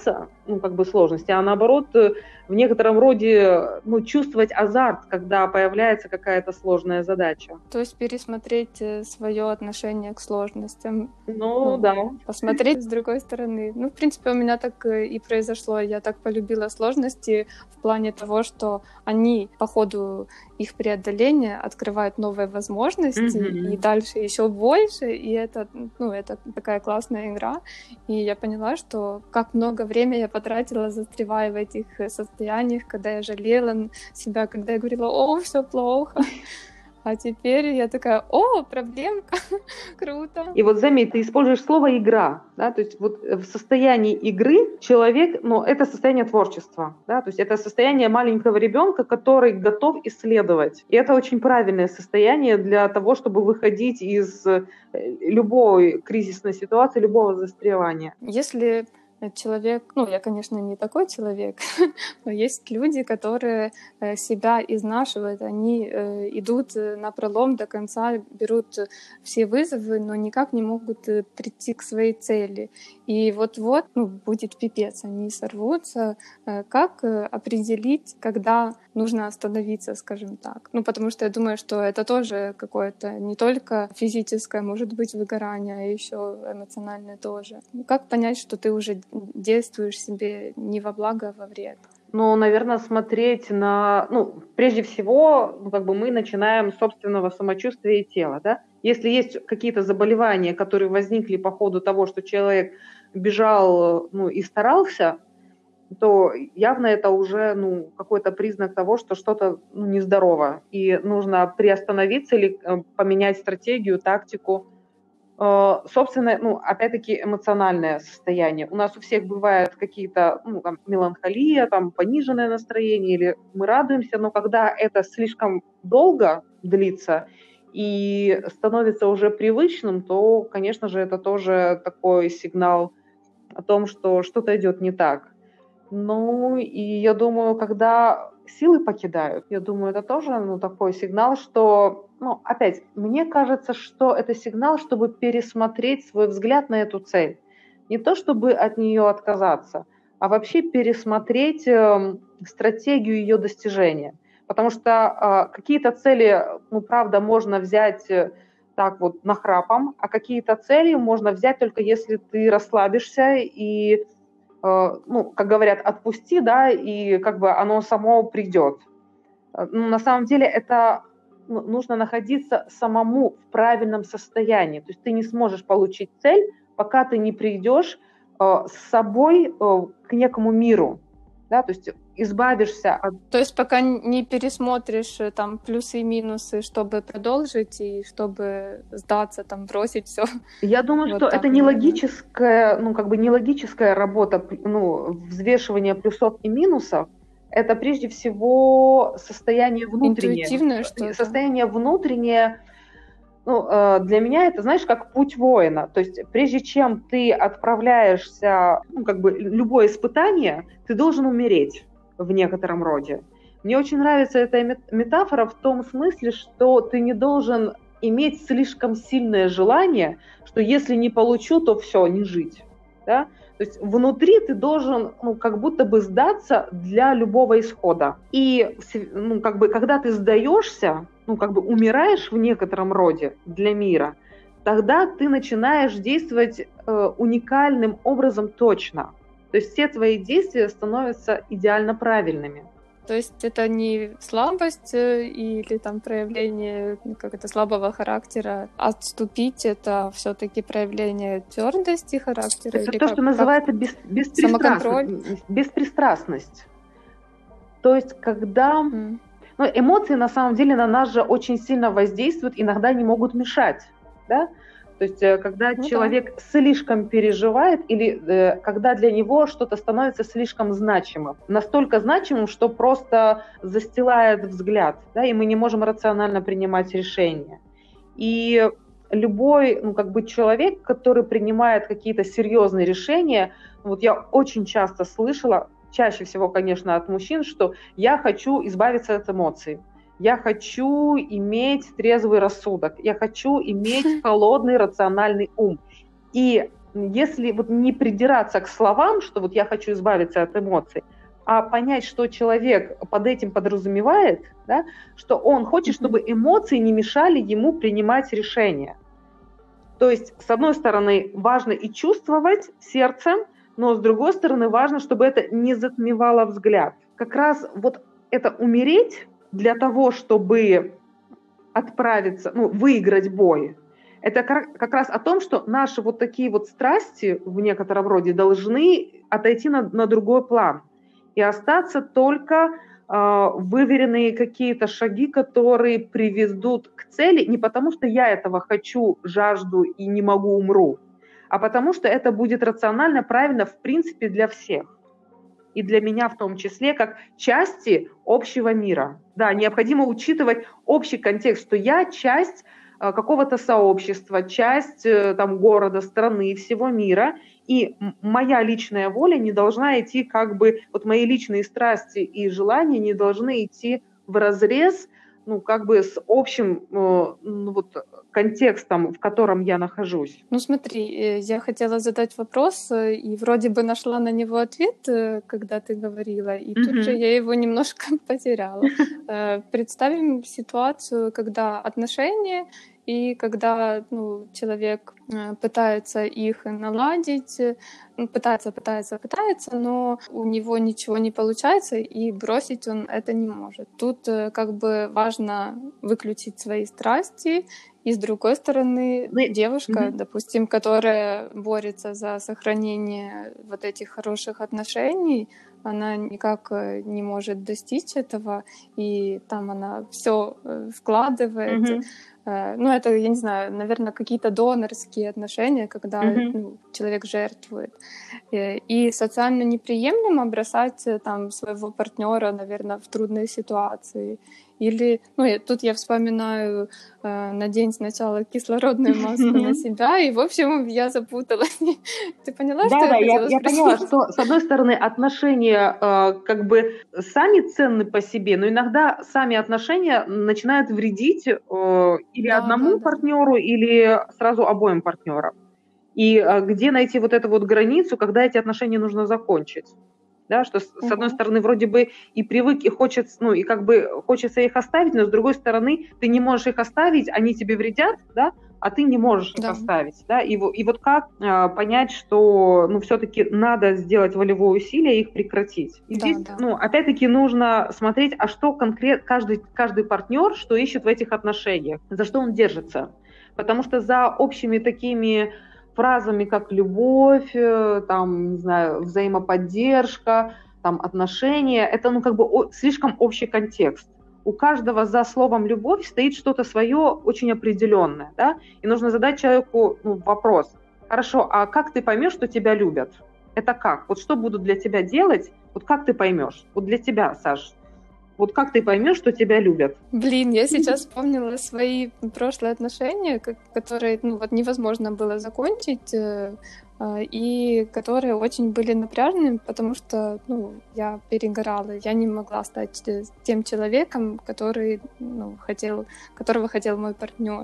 ну, как бы сложности, а наоборот, в некотором роде, ну, чувствовать азарт, когда появляется какая-то сложная задача. То есть пересмотреть свое отношение к сложностям. Ну, да. Посмотреть с другой стороны. Ну, в принципе, у меня так и произошло. Я так полюбила сложности в плане того, что они по ходу их преодоления открывают новые возможности, и дальше еще больше, и это, ну, это такая классная игра. И я поняла, что как много времени я потратила, застревая в этих состояниях, когда я жалела себя, когда я говорила: о, все плохо. А теперь я такая: о, проблемка, круто. И вот заметь, ты используешь слово «игра», да, то есть вот в состоянии игры человек, ну, это состояние творчества, да, то есть это состояние маленького ребенка, который готов исследовать. И это очень правильное состояние для того, чтобы выходить из любой кризисной ситуации, любого застревания. Если человек, ну, я, конечно, не такой человек, но есть люди, которые себя изнашивают, они идут напролом до конца, берут все вызовы, но никак не могут прийти к своей цели. И вот-вот, ну, будет пипец, они сорвутся. Как определить, когда нужно остановиться, скажем так? Ну, потому что я думаю, что это тоже какое-то не только физическое, может быть, выгорание, а еще эмоциональное тоже. Как понять, что ты уже действуешь себе не во благо, а во вред? Ну, наверное, смотреть на... Ну, прежде всего, ну, как бы мы начинаем с собственного самочувствия и тела, да? Если есть какие-то заболевания, которые возникли по ходу того, что человек бежал, ну, и старался, то явно это уже, ну, какой-то признак того, что что-то, ну, нездорово, и нужно приостановиться или поменять стратегию, тактику. Собственно, ну, опять-таки, эмоциональное состояние. У нас у всех бывают какие-то, ну, там, меланхолия, там, пониженное настроение, или мы радуемся, но когда это слишком долго длится и становится уже привычным, то, конечно же, это тоже такой сигнал о том, что что-то идет не так. Ну, и я думаю, когда силы покидают, я думаю, это тоже, ну, такой сигнал, что, ну, опять, мне кажется, что это сигнал, чтобы пересмотреть свой взгляд на эту цель. Не то, чтобы от нее отказаться, а вообще пересмотреть стратегию ее достижения. Потому что какие-то цели, ну, правда, можно взять так вот нахрапом, а какие-то цели можно взять только если ты расслабишься и, ну, как говорят, отпусти, да, и как бы оно само придет. Ну, на самом деле это, ну, нужно находиться самому в правильном состоянии. То есть ты не сможешь получить цель, пока ты не придешь с собой к некому миру, да, то есть избавишься от... То есть пока не пересмотришь там плюсы и минусы, чтобы продолжить и чтобы сдаться, там, бросить все. Я думаю, Вот что так, это не наверное. логическая, ну, как бы не логическая работа, ну, взвешивания плюсов и минусов. Это прежде всего состояние внутреннее. Интуитивное что-то. Состояние внутреннее, ну, для меня это, знаешь, как путь воина. То есть прежде чем ты отправляешься, ну, как бы любое испытание, ты должен умереть в некотором роде. Мне очень нравится эта метафора в том смысле, что ты не должен иметь слишком сильное желание, что если не получу, то все, не жить. Да? То есть внутри ты должен, ну, как будто бы сдаться для любого исхода. И, ну, как бы, когда ты сдаешься, ну, как бы умираешь в некотором роде для мира, тогда ты начинаешь действовать уникальным образом точно. То есть все твои действия становятся идеально правильными. То есть это не слабость или там проявление как это, слабого характера. Отступить — это все-таки проявление твердости характера. Это или то, что называется беспристрастность. То есть когда... Ну, эмоции на самом деле на нас же очень сильно воздействуют, иногда не могут мешать. Да? То есть когда человек слишком переживает или когда для него что-то становится слишком значимым. Настолько значимым, что просто застилает взгляд, да, и мы не можем рационально принимать решения. И любой, ну, как бы человек, который принимает какие-то серьезные решения, вот я очень часто слышала, чаще всего, конечно, от мужчин, что я хочу избавиться от эмоций. Я хочу иметь трезвый рассудок, я хочу иметь холодный рациональный ум. И если вот не придираться к словам, что вот я хочу избавиться от эмоций, а понять, что человек под этим подразумевает, да, что он хочет, чтобы эмоции не мешали ему принимать решения. То есть, с одной стороны, важно и чувствовать сердцем, но с другой стороны, важно, чтобы это не затмевало взгляд. Как раз вот это умереть для того, чтобы отправиться, выиграть бой, это как раз о том, что наши вот такие вот страсти в некотором роде должны отойти на другой план и остаться только выверенные какие-то шаги, которые приведут к цели, не потому что я этого хочу, жажду и не могу, умру, а потому что это будет рационально, правильно, в принципе, для всех. И для меня в том числе, как части общего мира. Да, необходимо учитывать общий контекст, что я часть какого-то сообщества, часть там, города, страны, всего мира, и моя личная воля не должна идти как бы, вот мои личные страсти и желания не должны идти вразрез, как бы с общим контекстом, в котором я нахожусь. Смотри, я хотела задать вопрос, и вроде бы нашла на него ответ, когда ты говорила, и тут же я его немножко потеряла. Представим ситуацию, когда отношения, и когда человек пытается их наладить, пытается, но у него ничего не получается, и бросить он это не может. Тут как бы важно выключить свои страсти, и с другой стороны, девушка, допустим, которая борется за сохранение вот этих хороших отношений, она никак не может достичь этого, и там она все вкладывает. Это, я не знаю, наверное, какие-то донорские отношения, когда человек жертвует. И социально неприемлемо бросать там своего партнера, наверное, в трудной ситуации. Или, тут я вспоминаю, надень сначала кислородную маску на себя, и, в общем, я запуталась. Ты поняла, что я хотела спросить? Я поняла, что, с одной стороны, отношения как бы сами ценны по себе, но иногда сами отношения начинают вредить или одному партнеру, или сразу обоим партнерам. И где найти вот эту вот границу, когда эти отношения нужно закончить? Да, что с одной стороны вроде бы и привык, и хочется, и как бы хочется их оставить, но с другой стороны ты не можешь их оставить, они тебе вредят, да, а ты не можешь их оставить, да, и вот как понять, что, все-таки надо сделать волевое усилие их прекратить. И здесь, опять-таки нужно смотреть, а что конкретно каждый партнер, что ищет в этих отношениях, за что он держится, потому что за общими такими фразами, как любовь, там, не знаю, взаимоподдержка, там, отношения, это, как бы слишком общий контекст. У каждого за словом «любовь» стоит что-то свое очень определенное, да, и нужно задать человеку вопрос. Хорошо, а как ты поймешь, что тебя любят? Это как? Вот что будут для тебя делать? Вот как ты поймешь? Вот для тебя, Саш, вот как ты поймешь, что тебя любят? Блин, я сейчас вспомнила свои прошлые отношения, которые невозможно было закончить, и которые очень были напряженными, потому что я перегорала, я не могла стать тем человеком, которого хотел мой партнер.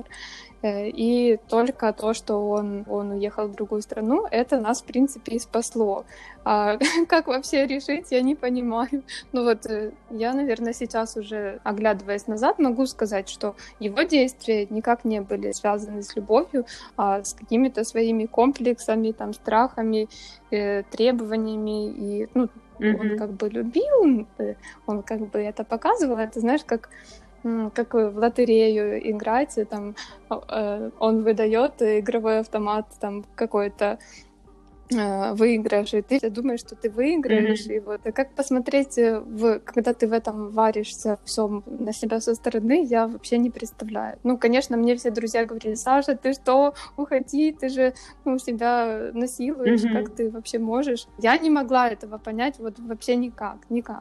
И только то, что он уехал в другую страну, это нас, в принципе, и спасло. А как вообще решить, я не понимаю. Я, наверное, сейчас уже, оглядываясь назад, могу сказать, что его действия никак не были связаны с любовью, а с какими-то своими комплексами, там, страхами, требованиями. И, он как бы любил, он как бы это показывал. Это, знаешь, как в лотерею играть, там он выдает игровой автомат, там какой-то выигрыш, и ты думаешь, что ты выиграешь, и а как посмотреть, когда ты в этом варишься всем на себя со стороны, я вообще не представляю. Конечно, мне все друзья говорили: Саша, ты что, уходи, ты же себя насилуешь, как ты вообще можешь? Я не могла этого понять вообще никак.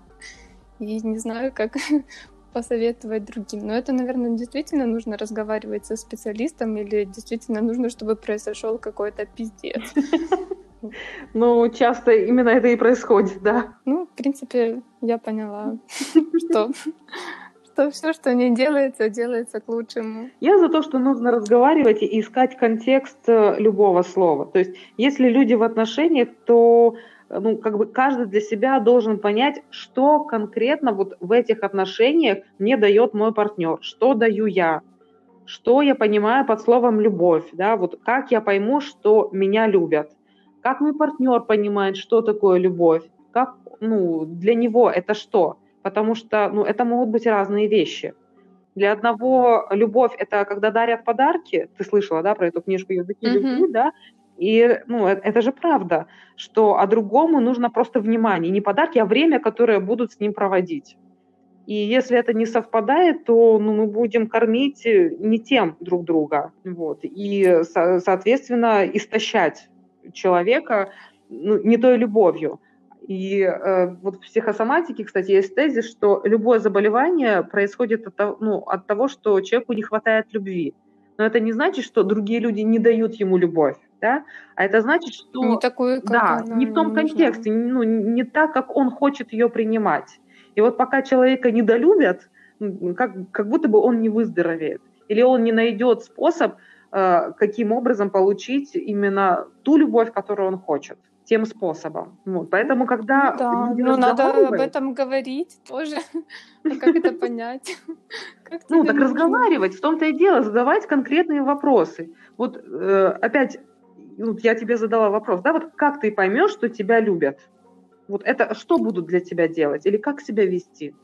И не знаю, как посоветовать другим. Но это, наверное, действительно нужно разговаривать со специалистом, или действительно нужно, чтобы произошел какой-то пиздец. Часто именно это и происходит, да. В принципе, я поняла, что что все, что не делается, делается к лучшему. Я за то, что нужно разговаривать и искать контекст любого слова. То есть, если люди в отношениях, то как бы каждый для себя должен понять, что конкретно вот в этих отношениях мне дает мой партнер, что даю я, что я понимаю под словом любовь, да, вот как я пойму, что меня любят, как мой партнер понимает, что такое любовь, как, для него это что, потому что, это могут быть разные вещи. Для одного любовь – это когда дарят подарки. Ты слышала, да, про эту книжку «Языки любви», да? И, это же правда, что другому нужно просто внимание. Не подарки, а время, которое будут с ним проводить. И если это не совпадает, то мы будем кормить не тем друг друга. Вот. И, соответственно, истощать человека не той любовью. И вот в психосоматике, кстати, есть тезис, что любое заболевание происходит от того, что человеку не хватает любви. Но это не значит, что другие люди не дают ему любовь, да? А это значит, что Не такую, как она, не в том контексте, не так, как он хочет ее принимать. И вот пока человека недолюбят, как будто бы он не выздоровеет. Или он не найдет способ, каким образом получить именно ту любовь, которую он хочет, тем способом. Вот. Поэтому, когда люди надо об этом говорить тоже. А как это понять? Так разговаривать, в том-то и дело, задавать конкретные вопросы. Вот опять, я тебе задала вопрос, да, вот как ты поймешь, что тебя любят? Вот это что будут для тебя делать? Или как себя вести?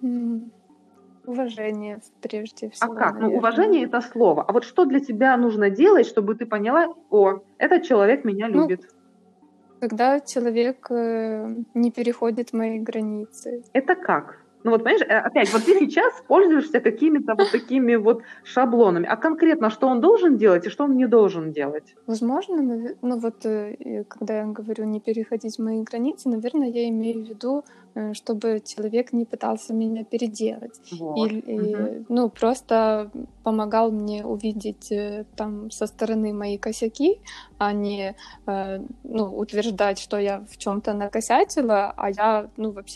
Уважение прежде всего. А как? Уважение – это слово. А вот что для тебя нужно делать, чтобы ты поняла, этот человек меня любит? Когда человек не переходит мои границы. Это как? Понимаешь, опять, вот ты сейчас пользуешься какими-то вот такими вот шаблонами. А конкретно, что он должен делать и что он не должен делать? Возможно, когда я говорю не переходить мои границы, наверное, я имею в виду, чтобы человек не пытался меня переделать. Вот. Просто помогал мне увидеть там со стороны мои косяки, а не утверждать, что я в чем-то накосячила, а я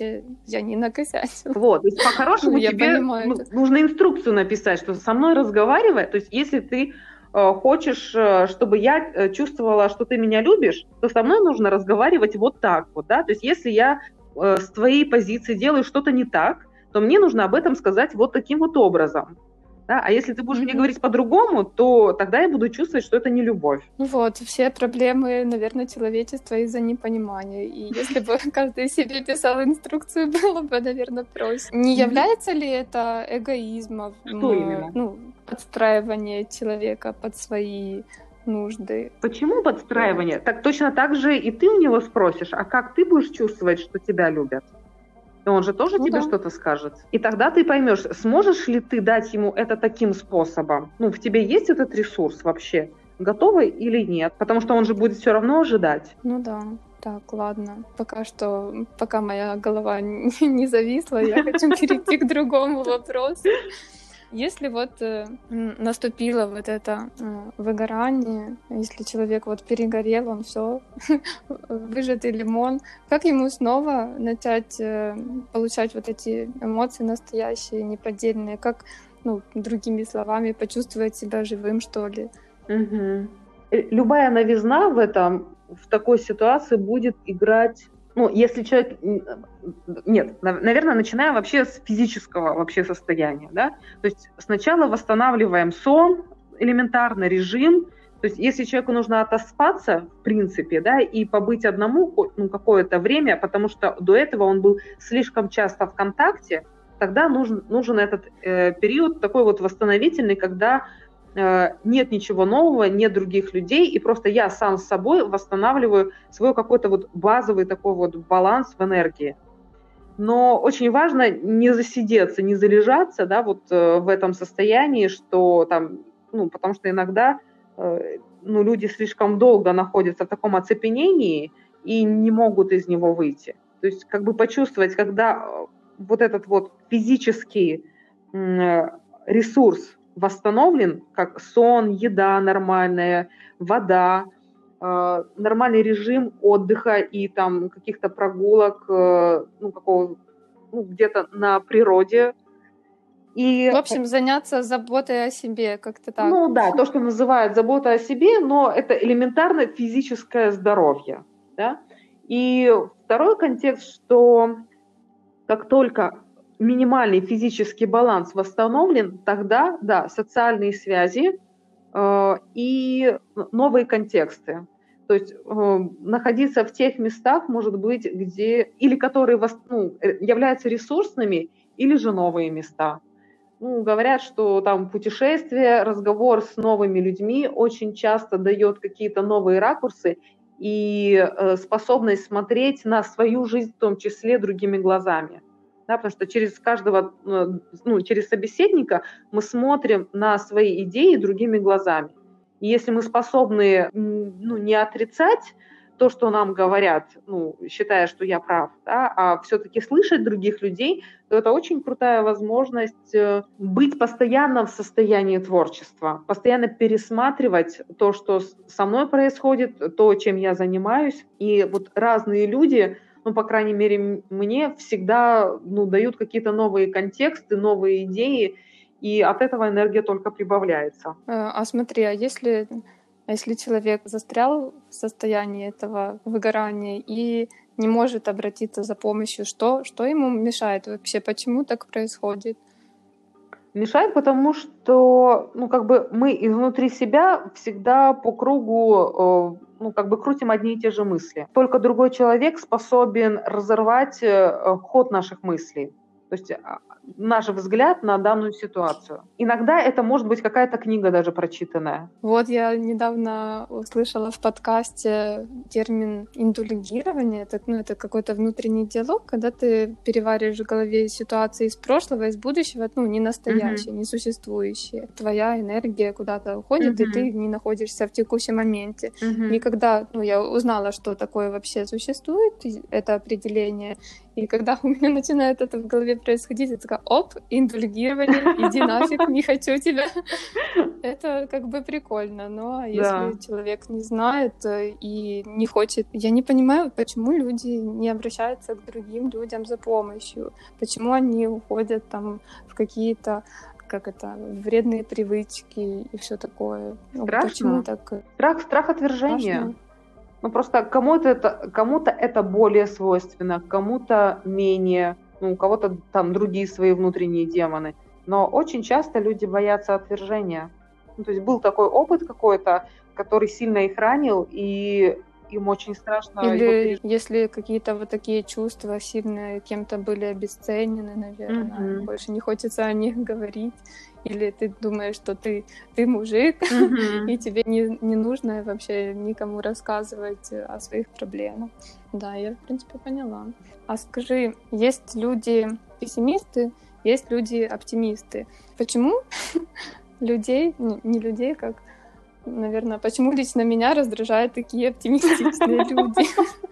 не накосячила. Вот, то есть по-хорошему тебе нужно инструкцию написать, что со мной разговаривай, то есть если ты хочешь, чтобы я чувствовала, что ты меня любишь, то со мной нужно разговаривать вот так вот, да, то есть если я с твоей позиции делаю что-то не так, то мне нужно об этом сказать вот таким вот образом. Да? А если ты будешь мне говорить по-другому, то тогда я буду чувствовать, что это не любовь. Все проблемы, наверное, человечества из-за непонимания. И если бы каждый себе писал инструкцию, было бы, наверное, проще. Не является ли это эгоизмом? Что именно? Подстраивание человека под свои нужды. Почему подстраивание? Так точно так же и ты у него спросишь, а как ты будешь чувствовать, что тебя любят? И он же тоже тебе что-то скажет. И тогда ты поймешь, сможешь ли ты дать ему это таким способом. В тебе есть этот ресурс вообще? Готовый или нет? Потому что он же будет все равно ожидать. Так, ладно. Пока моя голова не зависла, я хочу перейти к другому вопросу. Если наступило это выгорание, если человек перегорел, он все, выжатый лимон, как ему снова начать получать эти эмоции настоящие, неподдельные, как, другими словами, почувствовать себя живым, что ли? Угу. Любая новизна в такой ситуации будет играть. Если человек... Нет, наверное, начинаем вообще с физического вообще состояния, да? То есть сначала восстанавливаем сон, элементарно режим. То есть если человеку нужно отоспаться, в принципе, да, и побыть одному какое-то время, потому что до этого он был слишком часто в контакте, тогда нужен этот период такой восстановительный, когда нет ничего нового, нет других людей, и просто я сам с собой восстанавливаю свой какой-то базовый такой баланс в энергии. Но очень важно не засидеться, не залежаться, да, в этом состоянии, что потому что иногда люди слишком долго находятся в таком оцепенении и не могут из него выйти. То есть почувствовать, когда этот физический ресурс восстановлен, как сон, еда нормальная, вода, нормальный режим отдыха и каких-то прогулок, где-то на природе, И, в общем, заняться заботой о себе, как-то так. ну да, то, что называют забота о себе, но это элементарно физическое здоровье. Да? И второй контекст, что как только минимальный физический баланс восстановлен, тогда, да, социальные связи и новые контексты. То есть находиться в тех местах, может быть, где, или которые являются ресурсными, или же новые места. Ну, говорят, что там путешествие, разговор с новыми людьми очень часто дает какие-то новые ракурсы и способность смотреть на свою жизнь в том числе другими глазами. Да, потому что через каждого, через собеседника мы смотрим на свои идеи другими глазами. И если мы способны не отрицать то, что нам говорят, считая, что я прав, да, а все-таки слышать других людей, то это очень крутая возможность быть постоянно в состоянии творчества, постоянно пересматривать то, что со мной происходит, то, чем я занимаюсь. И вот разные люди, по крайней мере, мне всегда дают какие-то новые контексты, новые идеи, и от этого энергия только прибавляется. А смотри, а если человек застрял в состоянии этого выгорания и не может обратиться за помощью, что ему мешает вообще? Почему так происходит? Мешает, потому что, мы изнутри себя всегда по кругу, крутим одни и те же мысли. Только другой человек способен разорвать ход наших мыслей. То есть наш взгляд на данную ситуацию. Иногда это может быть какая-то книга даже прочитанная. Вот я недавно услышала в подкасте термин индульгирование. Это какой-то внутренний диалог, когда ты перевариваешь в голове ситуации из прошлого, из будущего, не настоящие, не существующие. Твоя энергия куда-то уходит, и ты не находишься в текущем моменте. И когда я узнала, что такое вообще существует, это определение, и когда у меня начинает это в голове происходить, я такая, индульгирование, иди нафиг, не хочу тебя. Это как бы прикольно, но если человек не знает и не хочет... Я не понимаю, почему люди не обращаются к другим людям за помощью, почему они уходят там в какие-то вредные привычки и все такое. Страшно. Почему так? Страх отвержения. Страшно. Просто кому-то это более свойственно, кому-то менее, у кого-то там другие свои внутренние демоны. Но очень часто люди боятся отвержения. То есть был такой опыт какой-то, который сильно их ранил, и им очень страшно. Или если какие-то вот такие чувства сильные кем-то были обесценены, наверное, больше не хочется о них говорить. Или ты думаешь, что ты мужик, и тебе не нужно вообще никому рассказывать о своих проблемах. Да, я, в принципе, поняла. А скажи, есть люди пессимисты, есть люди оптимисты. Почему людей, не людей, как, наверное, почему лично меня раздражают такие оптимистичные люди?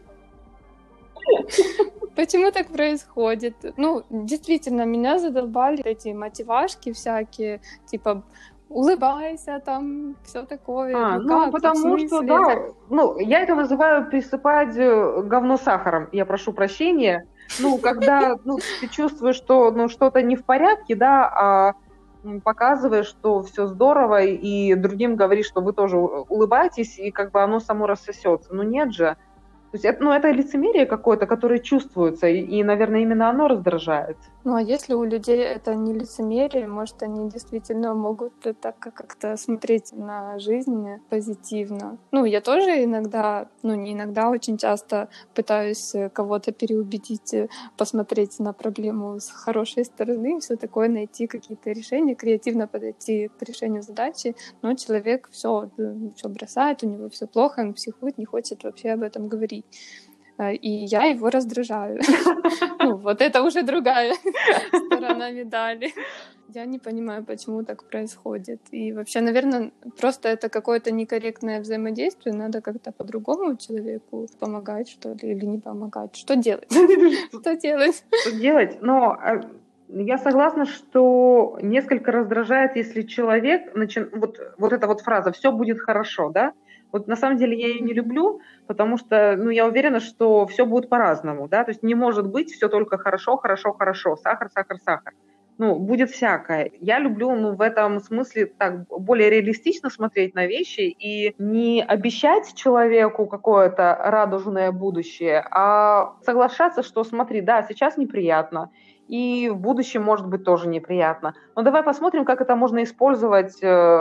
Почему так происходит? Действительно, меня задолбали эти мотивашки всякие, типа улыбайся, там, все такое. Потому что, да, я это называю присыпать говно сахаром, я прошу прощения. Когда ты чувствуешь, что что-то не в порядке, да, а показываешь, что все здорово, и другим говоришь, что вы тоже улыбаетесь, и оно само рассосется. Нет же. То есть это лицемерие какое-то, которое чувствуется, и, наверное, именно оно раздражает. А если у людей это не лицемерие, может, они действительно могут так как-то смотреть на жизнь позитивно. Я тоже иногда, не иногда, очень часто пытаюсь кого-то переубедить, посмотреть на проблему с хорошей стороны, все такое, найти какие-то решения, креативно подойти к решению задачи, но человек все бросает, у него все плохо, он психует, не хочет вообще об этом говорить. И я его раздражаю. Вот это уже другая сторона медали. Я не понимаю, почему так происходит. И вообще, наверное, просто это какое-то некорректное взаимодействие. Надо как-то по-другому человеку помогать, что ли, или не помогать. Что делать? Что делать? Что делать? Но я согласна, что несколько раздражает, если человек... Вот эта вот фраза «все будет хорошо», да? Вот на самом деле я ее не люблю, потому что, я уверена, что все будет по-разному, да, то есть не может быть все только хорошо, хорошо, хорошо, сахар, сахар, сахар. Ну, будет всякое. Я люблю, ну, в этом смысле так более реалистично смотреть на вещи и не обещать человеку какое-то радужное будущее, а соглашаться, что смотри, да, сейчас неприятно, и в будущем может быть тоже неприятно. Но давай посмотрим, как это можно использовать,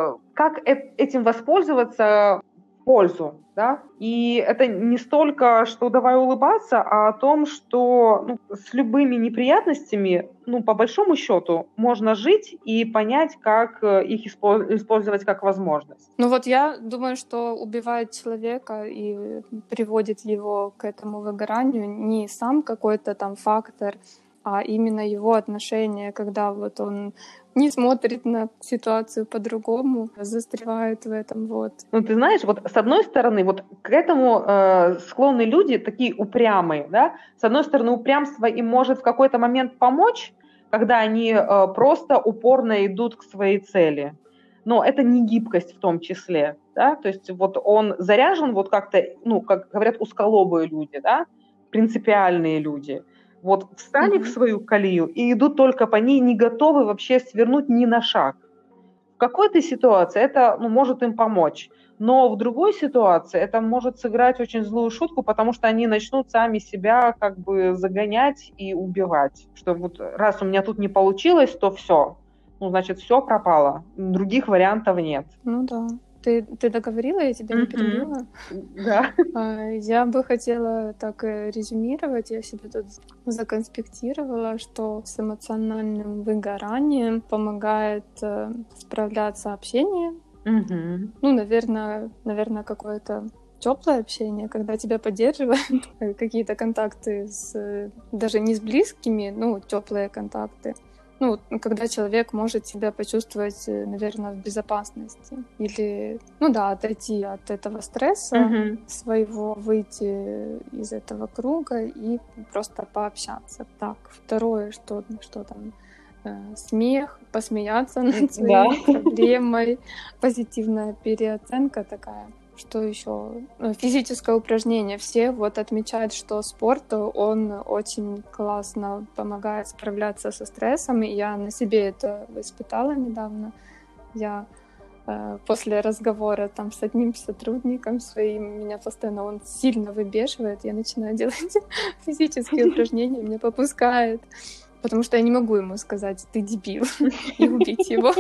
как этим воспользоваться в пользу. Да? И это не столько, что давай улыбаться, а о том, что с любыми неприятностями, по большому счету, можно жить и понять, как их использовать как возможность. Ну вот я думаю, что убивает человека и приводит его к этому выгоранию не сам какой-то там фактор, а именно его отношение, когда вот он не смотрит на ситуацию по-другому, застревает в этом вот. Ну, ты знаешь, вот с одной стороны, вот к этому склонны люди, такие упрямые, да, с одной стороны, упрямство им может в какой-то момент помочь, когда они просто упорно идут к своей цели. Но это не гибкость в том числе, да, то есть вот он заряжен вот как-то, как говорят, узколобые люди, да, принципиальные люди. Вот встали в свою колею и идут только по ней, не готовы вообще свернуть ни на шаг. В какой-то ситуации это может им помочь, но в другой ситуации это может сыграть очень злую шутку, потому что они начнут сами себя как бы загонять и убивать. Что вот раз у меня тут не получилось, то все. Значит, все пропало. Других вариантов нет. Ну да. Ты договорила, я тебя не перебила? Да. Я бы хотела так резюмировать, я себе тут законспектировала, что с эмоциональным выгоранием помогает справляться общение. Ну, наверное, какое-то теплое общение, когда тебя поддерживают какие-то контакты даже не с близкими, теплые контакты. Когда человек может себя почувствовать, наверное, в безопасности. Или, отойти от этого стресса своего, выйти из этого круга и просто пообщаться. Так, второе, что там, смех, посмеяться над своей проблемой, позитивная переоценка такая. Что еще? Физическое упражнение. Все вот отмечают, что спорт, он очень классно помогает справляться со стрессом. И я на себе это испытала недавно. Я после разговора там с одним сотрудником своим, меня постоянно он сильно выбешивает. Я начинаю делать физические упражнения, меня попускает. Потому что я не могу ему сказать: ты дебил, и убить его.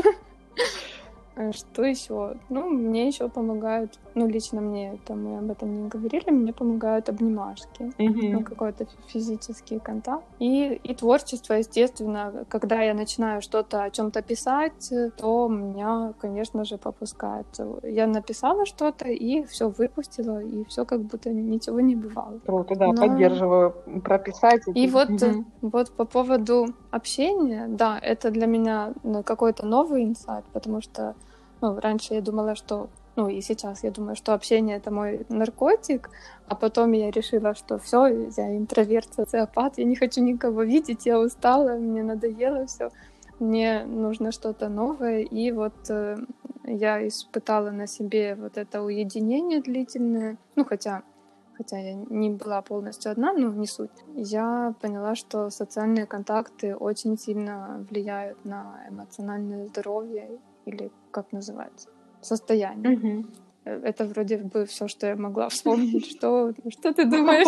Что еще? Мне еще помогают, лично мне, это мы об этом не говорили, мне помогают обнимашки, какой-то физический контакт. И творчество, естественно, когда я начинаю что-то о чем-то писать, то меня, конечно же, попускает. Я написала что-то и все выпустила, и все как будто ничего не бывало. Круто, да, поддерживаю прописать. И вот по поводу общения, да, это для меня какой-то новый инсайт, потому что раньше я думала, что, и сейчас я думаю, что общение — это мой наркотик, а потом я решила, что все, я интроверт, социопат, я не хочу никого видеть, я устала, мне надоело все, мне нужно что-то новое, и вот я испытала на себе вот это уединение длительное, хотя я не была полностью одна, но не суть. Я поняла, что социальные контакты очень сильно влияют на эмоциональное здоровье, или как называется, состояние. Это вроде бы все, что я могла вспомнить. Что ты думаешь?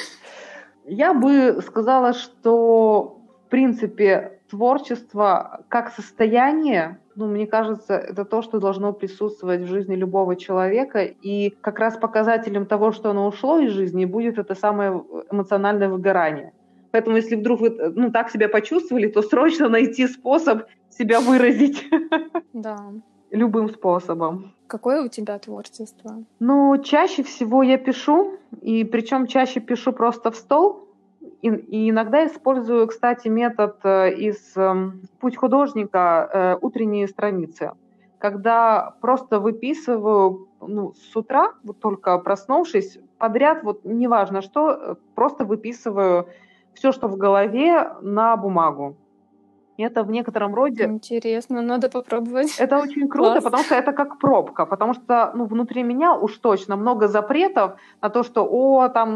Я бы сказала, что, в принципе, творчество как состояние, мне кажется, это то, что должно присутствовать в жизни любого человека, и как раз показателем того, что оно ушло из жизни, будет это самое эмоциональное выгорание. Поэтому, если вдруг вы так себя почувствовали, то срочно найти способ себя выразить. Да. Любым способом. Какое у тебя творчество? Чаще всего я пишу, и причем чаще пишу просто в стол. И иногда использую, кстати, метод из «Путь художника» утренние страницы, когда просто выписываю с утра, вот только проснувшись, подряд, неважно что, просто выписываю все, что в голове, на бумагу. Это в некотором роде... Интересно, надо попробовать. Это очень круто, потому что это как пробка, потому что внутри меня уж точно много запретов на то, что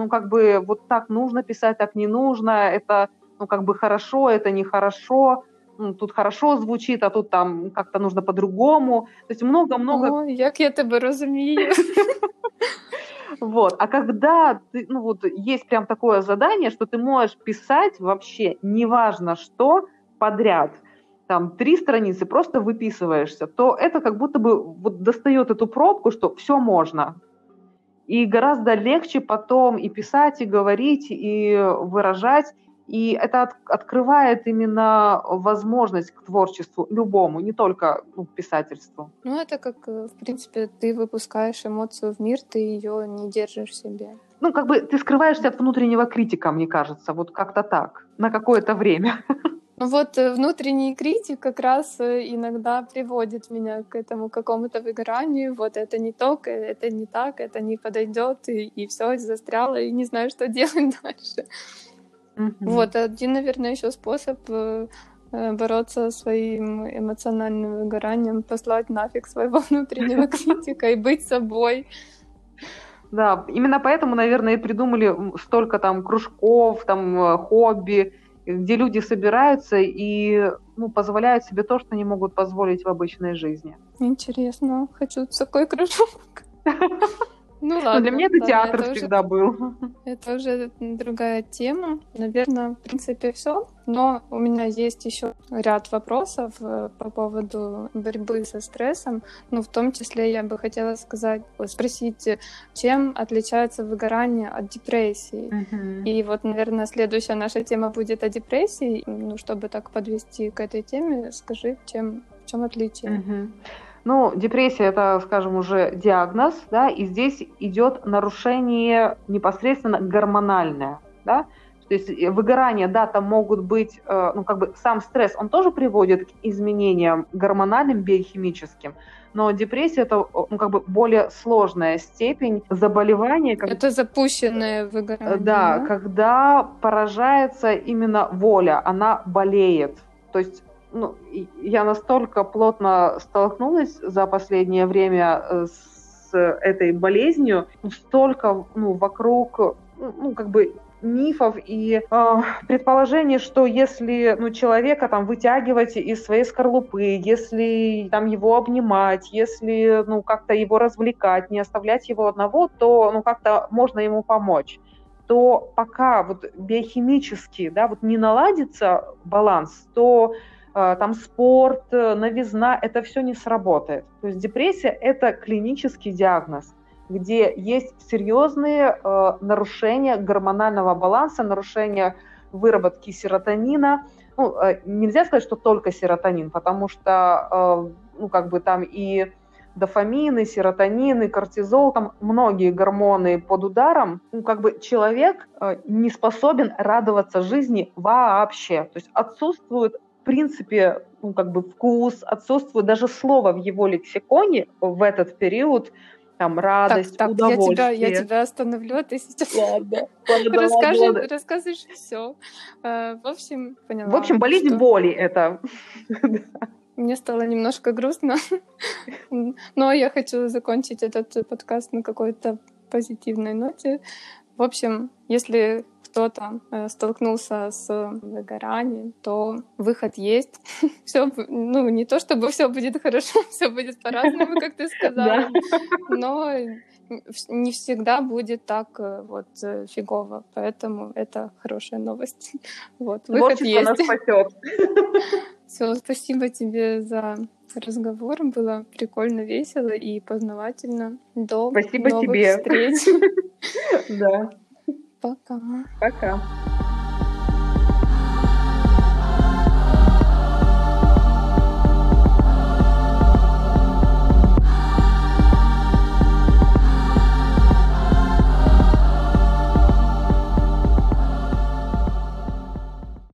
вот так нужно писать, так не нужно, это хорошо, это нехорошо. тут хорошо звучит, а тут там как-то нужно по-другому. То есть много-много... О, як я тебе розумію. Вот. А когда ты, есть прям такое задание, что ты можешь писать вообще неважно что подряд, там 3 страницы, просто выписываешься, то это как будто бы вот достает эту пробку, что все можно. И гораздо легче потом и писать, и говорить, и выражать. И это открывает именно возможность к творчеству любому, не только писательству. Это как, в принципе, ты выпускаешь эмоцию в мир, ты ее не держишь в себе. Ты скрываешься от внутреннего критика, мне кажется, вот как-то так, на какое-то время. Внутренний критик как раз иногда приводит меня к этому какому-то выгоранию. Вот это не то, это не так, это не подойдет, и все, застряло, и не знаю, что делать дальше. Вот один, наверное, еще способ бороться со своим эмоциональным выгоранием, послать нафиг своего внутреннего критика и быть собой. Да, именно поэтому, наверное, и придумали столько там кружков, там хобби, где люди собираются и позволяют себе то, что не могут позволить в обычной жизни. Интересно, хочу такой кружок. Ладно. Для меня это театр всегда был. Это уже другая тема. Наверное, в принципе, все. Но у меня есть еще ряд вопросов по поводу борьбы со стрессом. В том числе я бы хотела спросить, чем отличается выгорание от депрессии. И наверное, следующая наша тема будет о депрессии. Чтобы так подвести к этой теме, скажи, в чем отличие? Депрессия — это, скажем, уже диагноз, да, и здесь идет нарушение непосредственно гормональное, да, то есть выгорание, да, там могут быть, сам стресс, он тоже приводит к изменениям гормональным, биохимическим, но депрессия — это, более сложная степень заболевания. Это запущенное выгорание. Да, когда поражается именно воля, она болеет, то есть я настолько плотно столкнулась за последнее время с этой болезнью, столько вокруг мифов и предположений, что если человека там вытягивать из своей скорлупы, если там его обнимать, если как-то его развлекать, не оставлять его одного, то как-то можно ему помочь. То пока биохимически, да, не наладится баланс, то там спорт, новизна, это все не сработает. То есть депрессия – это клинический диагноз, где есть серьезные нарушения гормонального баланса, нарушения выработки серотонина. Нельзя сказать, что только серотонин, потому что там и дофамин, и серотонин, и кортизол, там многие гормоны под ударом. Человек не способен радоваться жизни вообще. То есть отсутствует в принципе, вкус, отсутствует даже слово в его лексиконе в этот период, там, радость, удовольствие. Я тебя остановлю, а ты сейчас расскажешь все. В общем, поняла. В общем, болезнь боли это. Мне стало немножко грустно, но я хочу закончить этот подкаст на какой-то позитивной ноте. В общем, если кто-то столкнулся с выгоранием, то выход есть. Все, не то чтобы все будет хорошо, все будет по-разному, как ты сказала, но не всегда будет так фигово, поэтому это хорошая новость. Выход есть. Нас спасет. Все, спасибо тебе за разговор, было прикольно, весело и познавательно. До спасибо новых тебе. Встреч. Да. Пока. Пока.